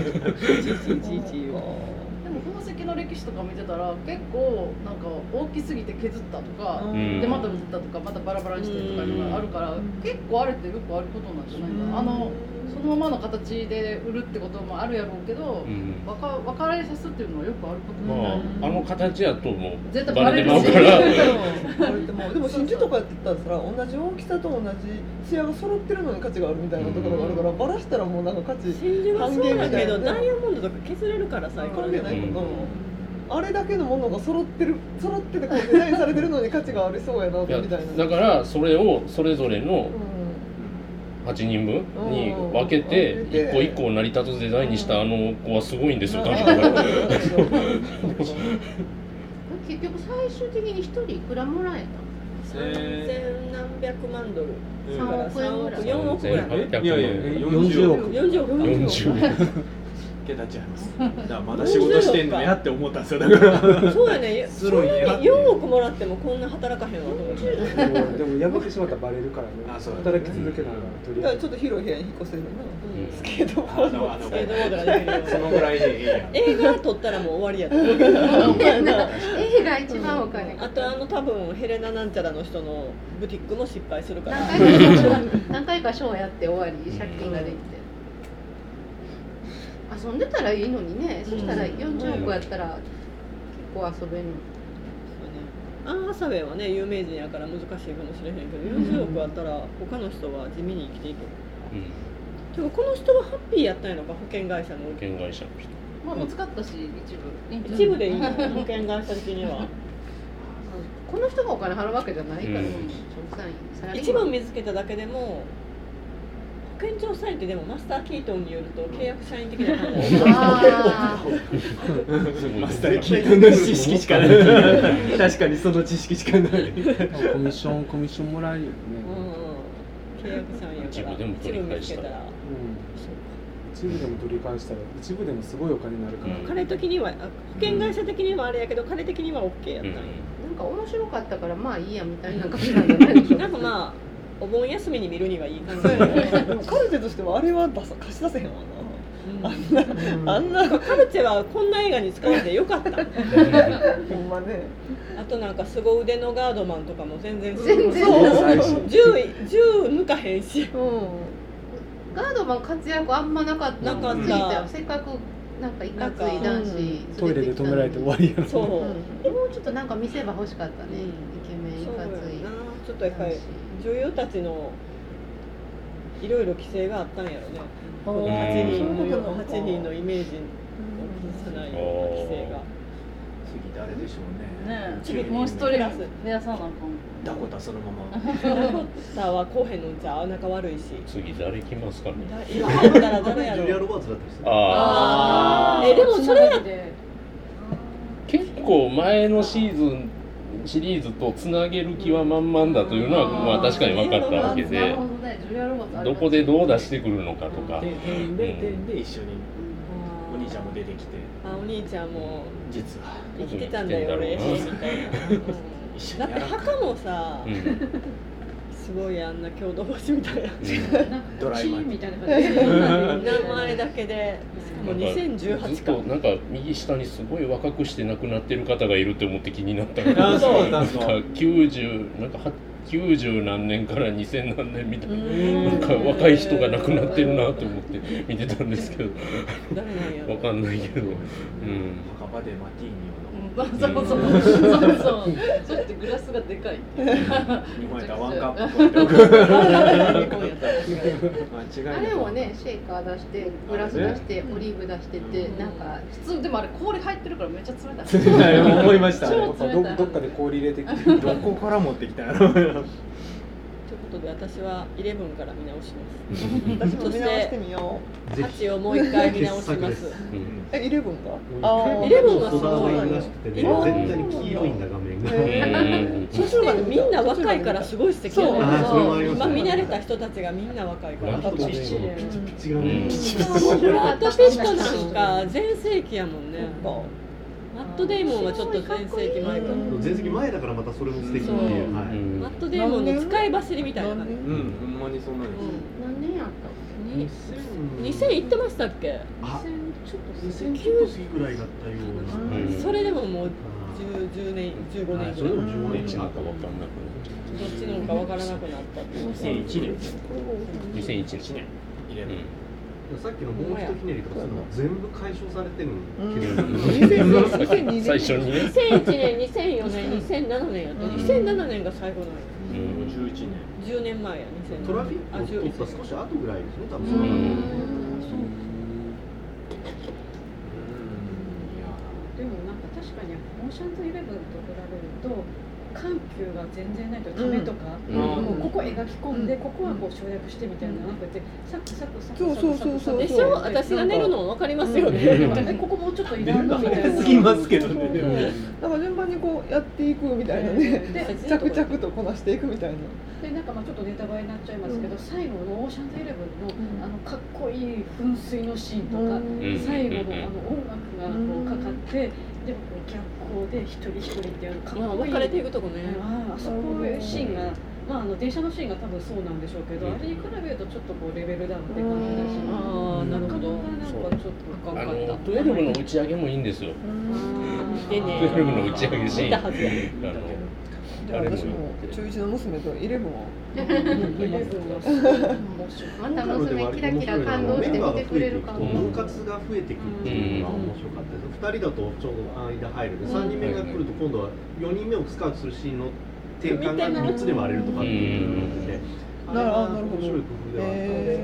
宝石の歴史とか見てたら結構なんか大きすぎて削ったとか、うん、でまた売ったとかまたバラバラにしてとかいうのがあるから、うん、結構あれってよくあることなんじゃないかな。あのそのままの形で売るってこともあるやろうけど、うん、分か分かりさすっていうのはよくあることなんじゃない、 まあ、あの形やともう絶対バレてまうからでも真珠とかやってたらさ、同じ大きさと同じ艶が揃ってるのに価値があるみたいなところがあるから、バラしたらもうなんか価値半減みたいな。けどダイヤモンドとか削れるからさ、 関係ないけど、あれだけのものが揃ってる揃っててこうデザインされてるのに価値がありそうやなみたいな。 だからそれをそれぞれのはちにんぶんに分けて一個一個成り立つデザインにしたあの子はすごいんですよ。 結局最終的にひとりいくらもらえた？ さんぜんなんびゃくまんドル。 さんおくえんぐらい。 よんおくぐらい。 いやいやよんじゅうおく。 よんじゅうおく。 よんじゅうおく。 桁違います。だからまだ仕事してんのやって思ったんですよ。だからそうやね。すごいね。よんおくもらってもこんな働かへんわと思って。 でもやめてしまったらバレるからね。あ、そう。働き続けながらとりあえずちょっと広い部屋に引っ越せるな。スケートボード。 スケートボードができるよ。 そのぐらいでいいやん。 映画撮ったらもう終わりやと思う。 映画一番お金。 あとあの多分ヘレナなんちゃらの人のブティックも失敗するから。 何回かショーやって終わり、借金ができて。遊んでたらいいのにね。そしたらよんじゅうおくやったら結構遊べるの。 アン・ハサウェイはね有名人やから難しいかもしれへんけど、よんじゅうおくあったら他の人は地味に生きていける。うん、でもこの人はハッピーやったんやのか、保険会社の保険会社の人。 まあ見つかったし一部一部でいいの保険会社的には。 この人がお金払うわけじゃないから、うん、 一部見つけただけでも。保険調査員ってでもマスター・キートンによると契約社員的な感じ。 マスター・キートンの知識しかない。確かにその知識しかない。コミッションコミッションもらえるよね。 うん、契約社員やから一部でも取り返したら、うん、 一部でも取り返したら一部でもすごいお金になるから、 うん、彼的には保険会社的にはあれやけど、うん、彼的には OK やったんや、 うん、なんか面白かったからまあいいやみたいな感じなんじゃないでしょうか。 なんかまあお盆休みに見るにはいい感じ。 でもカルテとしてはあれは出さ貸し出せへんわな。うん、あんな、あんなカルテはこんな映画に使われてよかった。ほんまね。 あとなんか凄腕のガードマンとかも全然全然銃銃抜かへんし。うん、 ガードマン活躍あんまなかった。 なかった。 せっかくなんかいかつい男子、うん、 トイレで止められて終わりやろ。 そう。もうちょっとなんか見せ場欲しかったね。うん、イケメンいかつい。 ちょっとやっぱり女優たちのいろいろ規制があったんやろね。はちにんのはちにんのイメージを崩さないような規制が。 次誰でしょうね。 ねえ、次もう一人増やさなあかん。 ダコタそのまま。 ダコタはこうへんのんちゃう、仲悪いし。 次誰来ますかね。 今入ったら誰やろう。 ジュリア・ロバーツだったりする。 ああ。えでもそれ結構前のシーズン。シリーズとつなげる気は満々だというのはまあ確かに分かったわけで、どこでどう出してくるのかとか、 店員で店員で一緒にお兄ちゃんも出てきて、 あお兄ちゃんも実は生きてたんだよ俺みたいな。だって墓もさ、すごいあんな郷土星みたいな、 ドライマンみたいな感じで名前だけで、しかもにせんじゅうはちか。 なんか右下にすごい若くして亡くなってる方がいるって思って気になったけど、 なんかきゅうじゅうなんかきゅうじゅう何年からにせん何年みたいな、なんか若い人が亡くなってるなと思って見てたんですけど、わかんないけど、うん、 墓場でマティーニをそうそうそうそうそう、そしてグラスがでかい。 日本やったらワンカップこうやって置く。 あれもね、シェイカー出してグラス出してオリーブ出してて、なんか普通でもあれ氷入ってるからめっちゃ冷たい。 冷たい思いました。 どどっかで氷入れてきて、 どこから持ってきたんやろ。 ということで私はイレブンから見直します。 私も見直してみよう。はちをもう一回見直します。 え、イレブンが？ あ、イレブンがすごい。 絶対に黄色いんだ画面が。 そしてみんな若いからすごい素敵やね。今見慣れた人たちがみんな若いから。 あとピチピチがね。 ブラッド・ピットなんか全盛期やもんね。マット・デイモンはちょっと全盛期前かな。 全盛期前だからまたそれも素敵っていう。 マット・デイモンの使い走りみたいな感じ。 うん、ほんまにそんなです。 何年やった？ にせんいってましたっけ？ あ、にせんちょっと過ぎぐらいだったような。 それでももうじゅうねん、じゅうごねんぐらい。 それでもじゅうごねんなんか分かんなくなっどっちのか分からなくなったって。 にせんいちねん。にせんいちねん。 さっきのもう一ひねりとかそういうの全部解消されてるけど、 最初にね。 にせんいちねん、にせんよねん、にせんななねんやった。にせんななねんが最後なの。 じゅういちねん。 じゅうねんまえや。 トラフィックを取った少し後ぐらいですね、多分。 でもなんか確かにオーシャンズイレブンと比べると緩急が全然ないとためとか、うん、もうここ描き込んで、うん、ここはこう省略してみたいななんかでサクサクサクサクサクサクでしょ。私が寝るの分かりますよね。 ここもうちょっといらんのみたいな。 すぎますけどね。 だから順番にこうやっていくみたいなね。で着々とこなしていくみたいな。 でなんかまあちょっとネタバレになっちゃいますけど、最後のオーシャンズイレブンのあのかっこいい噴水のシーンとか、最後のあの音楽がこうかかって。でもこう逆光で一人一人っていうかっこいい、 分かれていくとこね。 ああそこいうシーンが、まああの電車のシーンが多分そうなんでしょうけど、あれに比べるとちょっとこうレベルダウンって感じだし、ああなるほど。なんかちょっと深かった。トゥエルブの打ち上げもいいんですよ。 でね。 トゥエルブの打ち上げシーン。 見たはずや。 で私も中一の娘とイレブンをまた娘キラキラ感動して見てくれるかも。 分割が増えてくるっていうのが面白かったです。ふたりだとちょうど間入るで、さんにんめが来ると今度はよにんめをスカウトするシーンの転換がみっつで割れるとかっていうのがあって、 なるほど、面白い工夫ではあ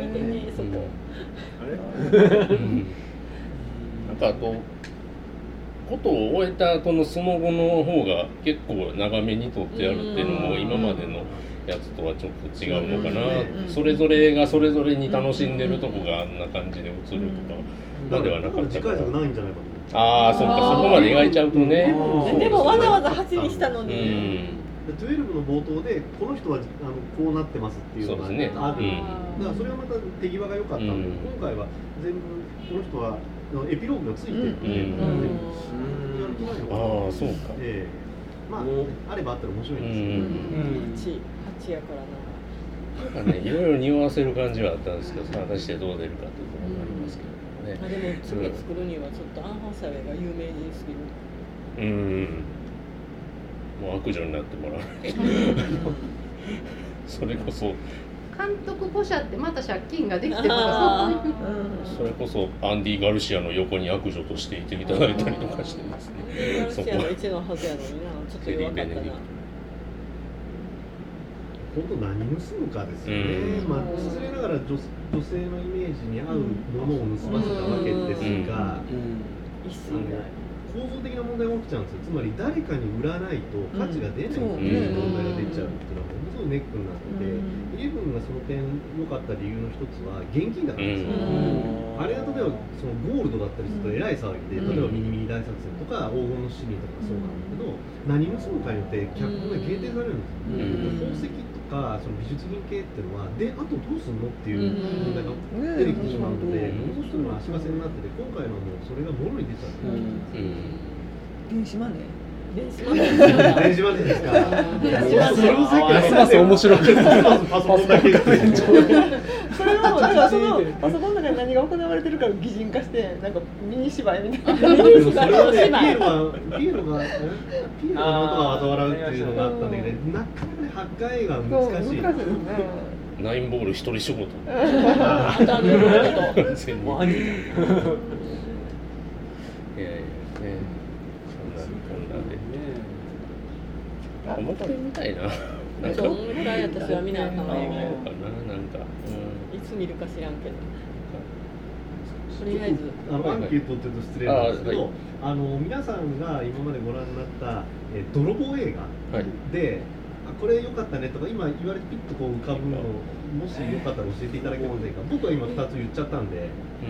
った。 なんかあとことを終えた後のその後の方が結構長めに撮ってあるっていうのも今までのやつとはちょっと違うのかな。それぞれがそれぞれに楽しんでるとこがあんな感じで映るとかまではなかったから。 次回作ないんじゃないかと。 ああ、そっか、そこまで描いちゃうとね。 でもわざわざ走りしたのに。 じゅうにの冒頭でこの人はあのこうなってますっていうのがある、ね、だからそれはまた手際が良かったので、うん、今回は全部この人はエピローグがついてるので、うんうん、 ああ、そうか、 えー、まああればあったら面白いんですけど、 はちやからな。なんかね、いろいろ匂わせる感じはあったんですけど、果たしてどう出るかというところがありますけどね。 まあでも次作るにはちょっとアン・ハサウェイが有名人すぎる。 うん。もう悪女になってもらわないとそれこそ監督ポシャってまた借金ができてとかそれこそアンディ・ガルシアの横に悪女としていていただいたりとかしてですね。 ガルシアの一のはずやのにな、ちょっと弱かったな。 本当何盗むかですよね、うん、まあ失礼ながら 女, 女性のイメージに合うものを盗ませたわけですが、 一寸ぐらい構造的な問題が起きちゃうんですよ。つまり誰かに売らないと価値が出ないっていう問題が出ちゃうっていうのはものすごいネックになってて、イレブンがその点良かった理由の一つは現金だったんですよ。あれが例えばそのゴールドだったりするとえらい騒ぎで、例えばミニミニ大作戦とか黄金の市民とかそうなんだけど、何盗むかによって脚本が限定されるんですよ。宝石とかその美術品系っていうのはであとどうすんのっていう問題が出てきてしまうので、ものすごく足かせになってて、今回のもうそれがもろに出ちゃう。 電子マネー。 電子マネー。 電子マネーですか。 ますます面白くパソコンだけ。 それをなんかそのパソコンの中で何が行われてるかを擬人化してなんかミニ芝居みたいな。 ミニ芝居をね、ピエロがピエロがピエロがなんとか嘲笑うっていうのがあったんだけど、なかなかねハッカー映画は難しい。難しいですね。 ナインボール一人仕事。 あとあの完全に。思ってみたいな。 なんか思いたい私は見なあかんわ。 かな、なんか、 うん、いつ見るか知らんけど。とりあえずあのアンケートって言うと失礼なんですけど、あ、はい、あの皆さんが今までご覧になった、えー、泥棒映画、はい、で、あこれ良かったねとか今言われてピッとこう浮かぶのをもしよかったら教えていただけませんか。僕は今ふたつ言っちゃったんで、うん、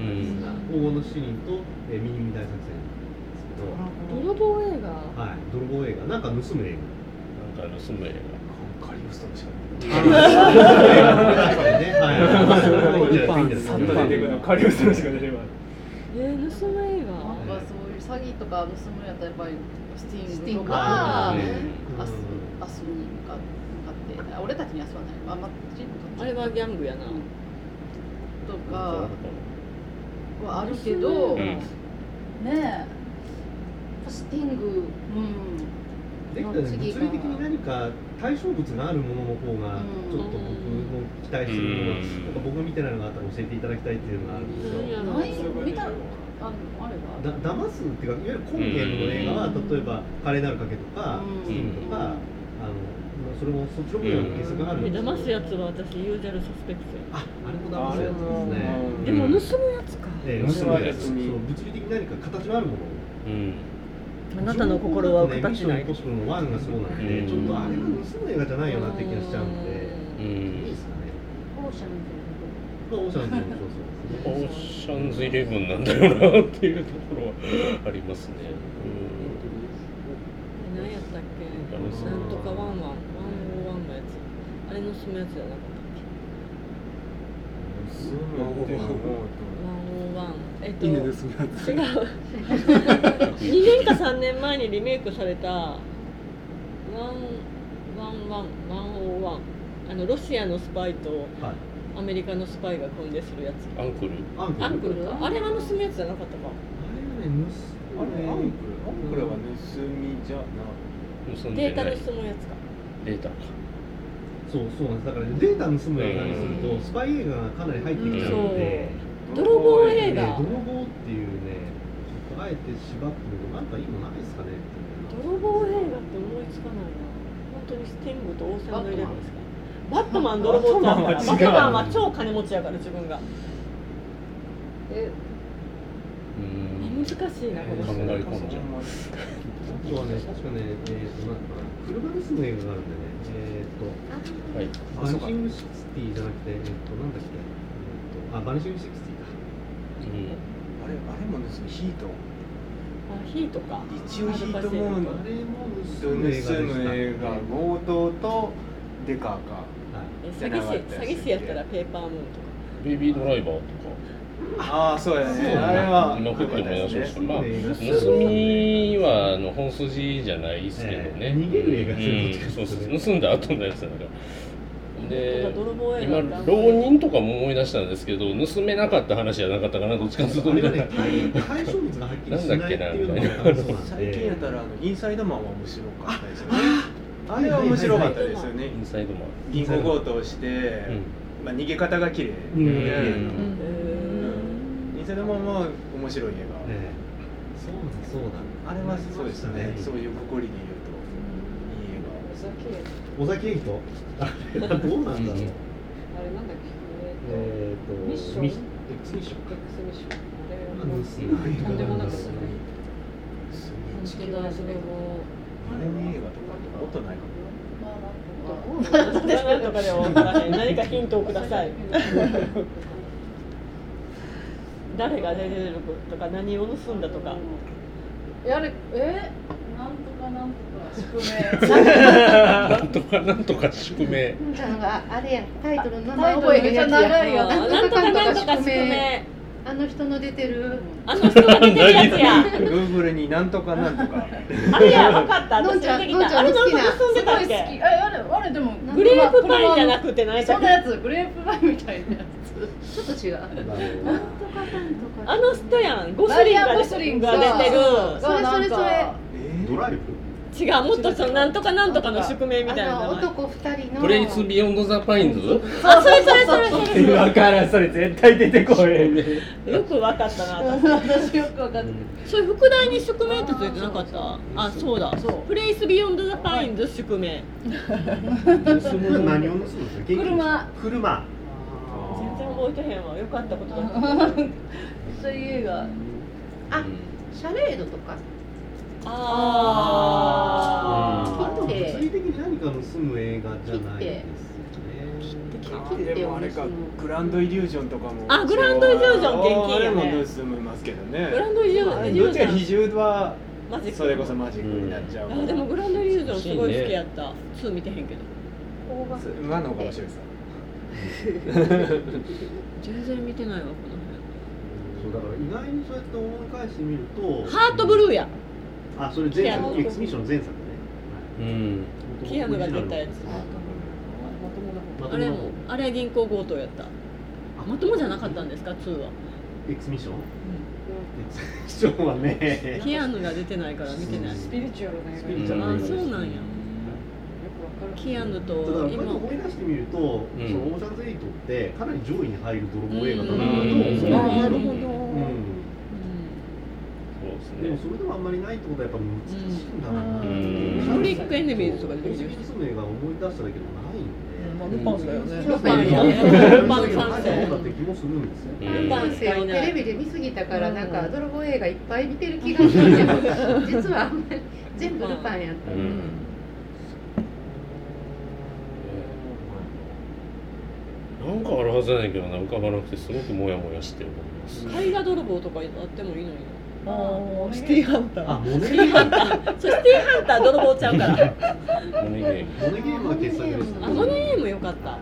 黄金の七人と、えー、ミニミニ大作戦ですけど。 泥棒映画。 はい、泥棒映画、なんか盗む映画。 盗む映画カリオストのしかカリオストのしか出ればえー、盗む映画なんかそういう詐欺とか盗むやったらやっぱりスティングとかアスアスに向かって俺たちにアスはない、まあ、 あれはギャングやな、 うん、とかはあるけど、うん、ねえスティング、うんできたら物理的に何か対象物があるものの方がちょっと僕の期待するものが、なんか僕が見てないのがあったら教えていただきたいっていうのがあるんですよ。 ない見たああればだ騙すっていうか、いわゆる根源の映画は例えば華麗なる賭けとかスティングとか、あのそれもそっちの分野の傑作があるんですよ。 騙すやつは私ユージャルサスペクトや。あ、あれも騙すやつですね。 でも盗むやつか。 ええ、盗むやつ。その物理的に何か形のあるものを。 うんあなたの心は形ない。 ミッションインポッシブルのワンがそうなんで、ちょっとあれが盗む映画じゃないよなって気がしちゃうんで、いいですかね。 オーシャンズ。 オーシャンズもそうそうですね。 オーシャンズイレブンなんだろうなっていうところはありますね。 何やったっけ？なんとかワンワン、ワンオーワンのやつ。あれ盗むやつじゃなかったっけ？ 盗むっていうのも。 ワンえっと、違うにねんかさんねんまえにリメイクされたワンワンワンワンオーワンあのロシアのスパイとアメリカのスパイが組んでするやつ。 アンクルアンクルかあれは盗むやつじゃなかったか。 あれはね盗あれアンクルアンクルは盗みじゃなデータ盗むやつか。 データか。 そうそうなんです。だから、ね、データ盗む映画にすると、スパイ映画がかなり入ってきちゃうので、 泥棒映画、 泥棒っていうね、あえて縛ってみるとなんかいいのないですかね。 泥棒映画って思いつかないな。本当にスティングとオーセンのイレブンですか。バットマン泥棒ちゃうから。バットマンは超金持ちやから自分が。え、難しいなこの人。 考え込んじゃう。 あとはね、確かね、えーとなんか車盗む映画があるんでね、えーと、はい、バニシングシックスティじゃなくて、えーとなんだっけ、えーとあバニシングシックスティか。うん。 あれあれも盗むヒート。 あ、ヒートか。 一応ヒートも盗む映画、強盗とデカーか。 詐欺師詐欺師やったらペーパームーンとか。 ベイビードライバーとか。 ああそうやね。あれは今ふっと思い出しました。まあ盗みはあの本筋じゃないですけどね。 逃げる映画です。そうそう。盗んだ後のやつだから。で今浪人とかも思い出したんですけど、盗めなかった話じゃなかったかな、どっちかというとみたいな。 対象物がはっきりしなんだっけなみたいな。 最近やったらあのインサイドマンは面白かったですよね。あれは面白かったですよね。 インサイドマン。 銀行強盗して、まあ逃げ方が綺麗。インサイドマンは面白い映画。 そうだそうだ。 あれはそうですね。そういうくくりで言うといい映画。 尾崎英人？あれはどうなんだろう。あれなんだっけ？えっとミッション？ ミッション。エクスミッション。 エクスミッション。あれはとんでもなくですね。 地球のそれもあれの映画とかもっとないかも。なんとかでも分からへん。何かヒントをください。誰が出てるとか何を盗んだとか。 やれえなんとかなんとか宿命。 なんとかなんとか宿命。 なんかあれやタイトルの名前覚えめっちゃ長いやつ。 なんとかなんとか宿命。あの人の出てる。 あの人が出てるやつや。 Google になんとかなんとか。 あれや分かった。 のんちゃんのんちゃあれん好きな。 盗んでたっけ？ えあれあれでもグレープパインじゃなくて何か。 そんなやつグレープパインみたいなやつ。 ちょっと違う。なんとかなんとか。 あの人やん。ゴスリンが出てる。 それそれそれ。 ドライブ？ 違う、もっとそのなんとかなんとかの宿命みたいな。 男二人の。 プレイスビヨンドザパインズ？ あ、それそれそれそれ。 わからん、それ絶対出てこい。 よくわかったな。 私よくわかった。 それ副題に宿命ってついてなかった？あ、そうだ。プレイスビヨンドザパインズ宿命。 何を盗むんですか？ 車。 車。 全然覚えてへんわ。よかったことだった。 そういう映画。 あ、シャレードとか。 ああ。物理的に何か盗む映画じゃないですね。でもあれかグランドイリュージョンとかも。 あ、グランドイリュージョン現金やね。 あれも盗みますけどね。 グランドイリュージョン。 どっちが比重はそれこそマジックになっちゃう。 あ、でもグランドイリュージョンすごい好きやった。ツー見てへんけど。 今の方が面白いさ。 全然見てないわこの辺。そうだから意外にそうやって思い返してみると。 ハートブルーや。 あ、それ前作、エクスミッションの前作ね。 うん。 キアヌが出たやつ。あれも、あれ銀行強盗やった。まともじゃなかったんですか、ツーは。 エクスミッション？エクスミッションはね。 キアヌが出てないから見てない。 スピリチュアルな映画。あ、そうなんや。キアヌと今思い出してみると、そのオーシャンズエイトってかなり上位に入る泥棒映画だなと思う。 なるほど。 でもそれでもあんまりないってことはやっぱ難しいんだな。 パブリックエネミーズとか出てきてる。 一つの映画思い出しただけでもないんで。 ルパンだよね。 ルパンやね。ルパン三世。 だって気もするんですよ。 ルパン世をテレビで見すぎたからなんか泥棒映画いっぱい見てる気がするけど、実はあんまり全部ルパンやった。 なんかあるはずないけどな、浮かばなくてすごくモヤモヤして思います。 絵画泥棒とかあってもいいのに。 ああ、シティハンター。 あ、モネシティハンター。そう、シティハンター泥棒ちゃうから。 モネゲーム。 モネゲームは傑作ですね。 あ、モネゲーム良かった。覚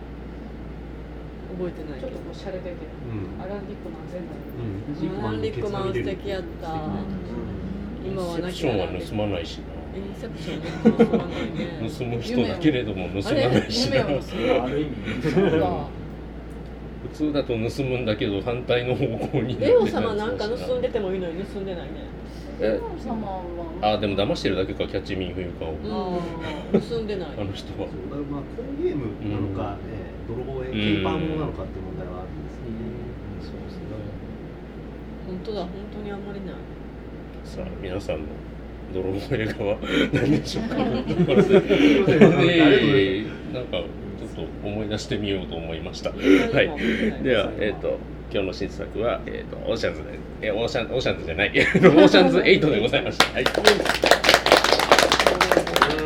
えてないけど。 ちょっとこうシャレ出てる。アラン・リックマン全部。アラン・リックマン素敵やった。今はインセプションは盗まないしな。 インセプション盗まないね。 盗む人だけれども盗まないしな。 ある意味。 普通だと盗むんだけど反対の方向に。 レオ様なんか盗んでてもいいのに盗んでないね。 え様はあでも騙してるだけかキャッチミー冬香を結んでないあの人はそうだからまあコンゲームなのか、うんね、泥棒へケーパーものなのかっていう問題はあるんですよね、うん、そうですね本当だ本当にあんまりないさあ皆さんの泥棒映画は何でしょうかなんかちょっと思い出してみようと思いましたはいではえっ、ー、と今日の新作は、えー、とオーシャンズで、えー、オーシャンオーシャンズじゃないオーシャンズエイトでございました。はい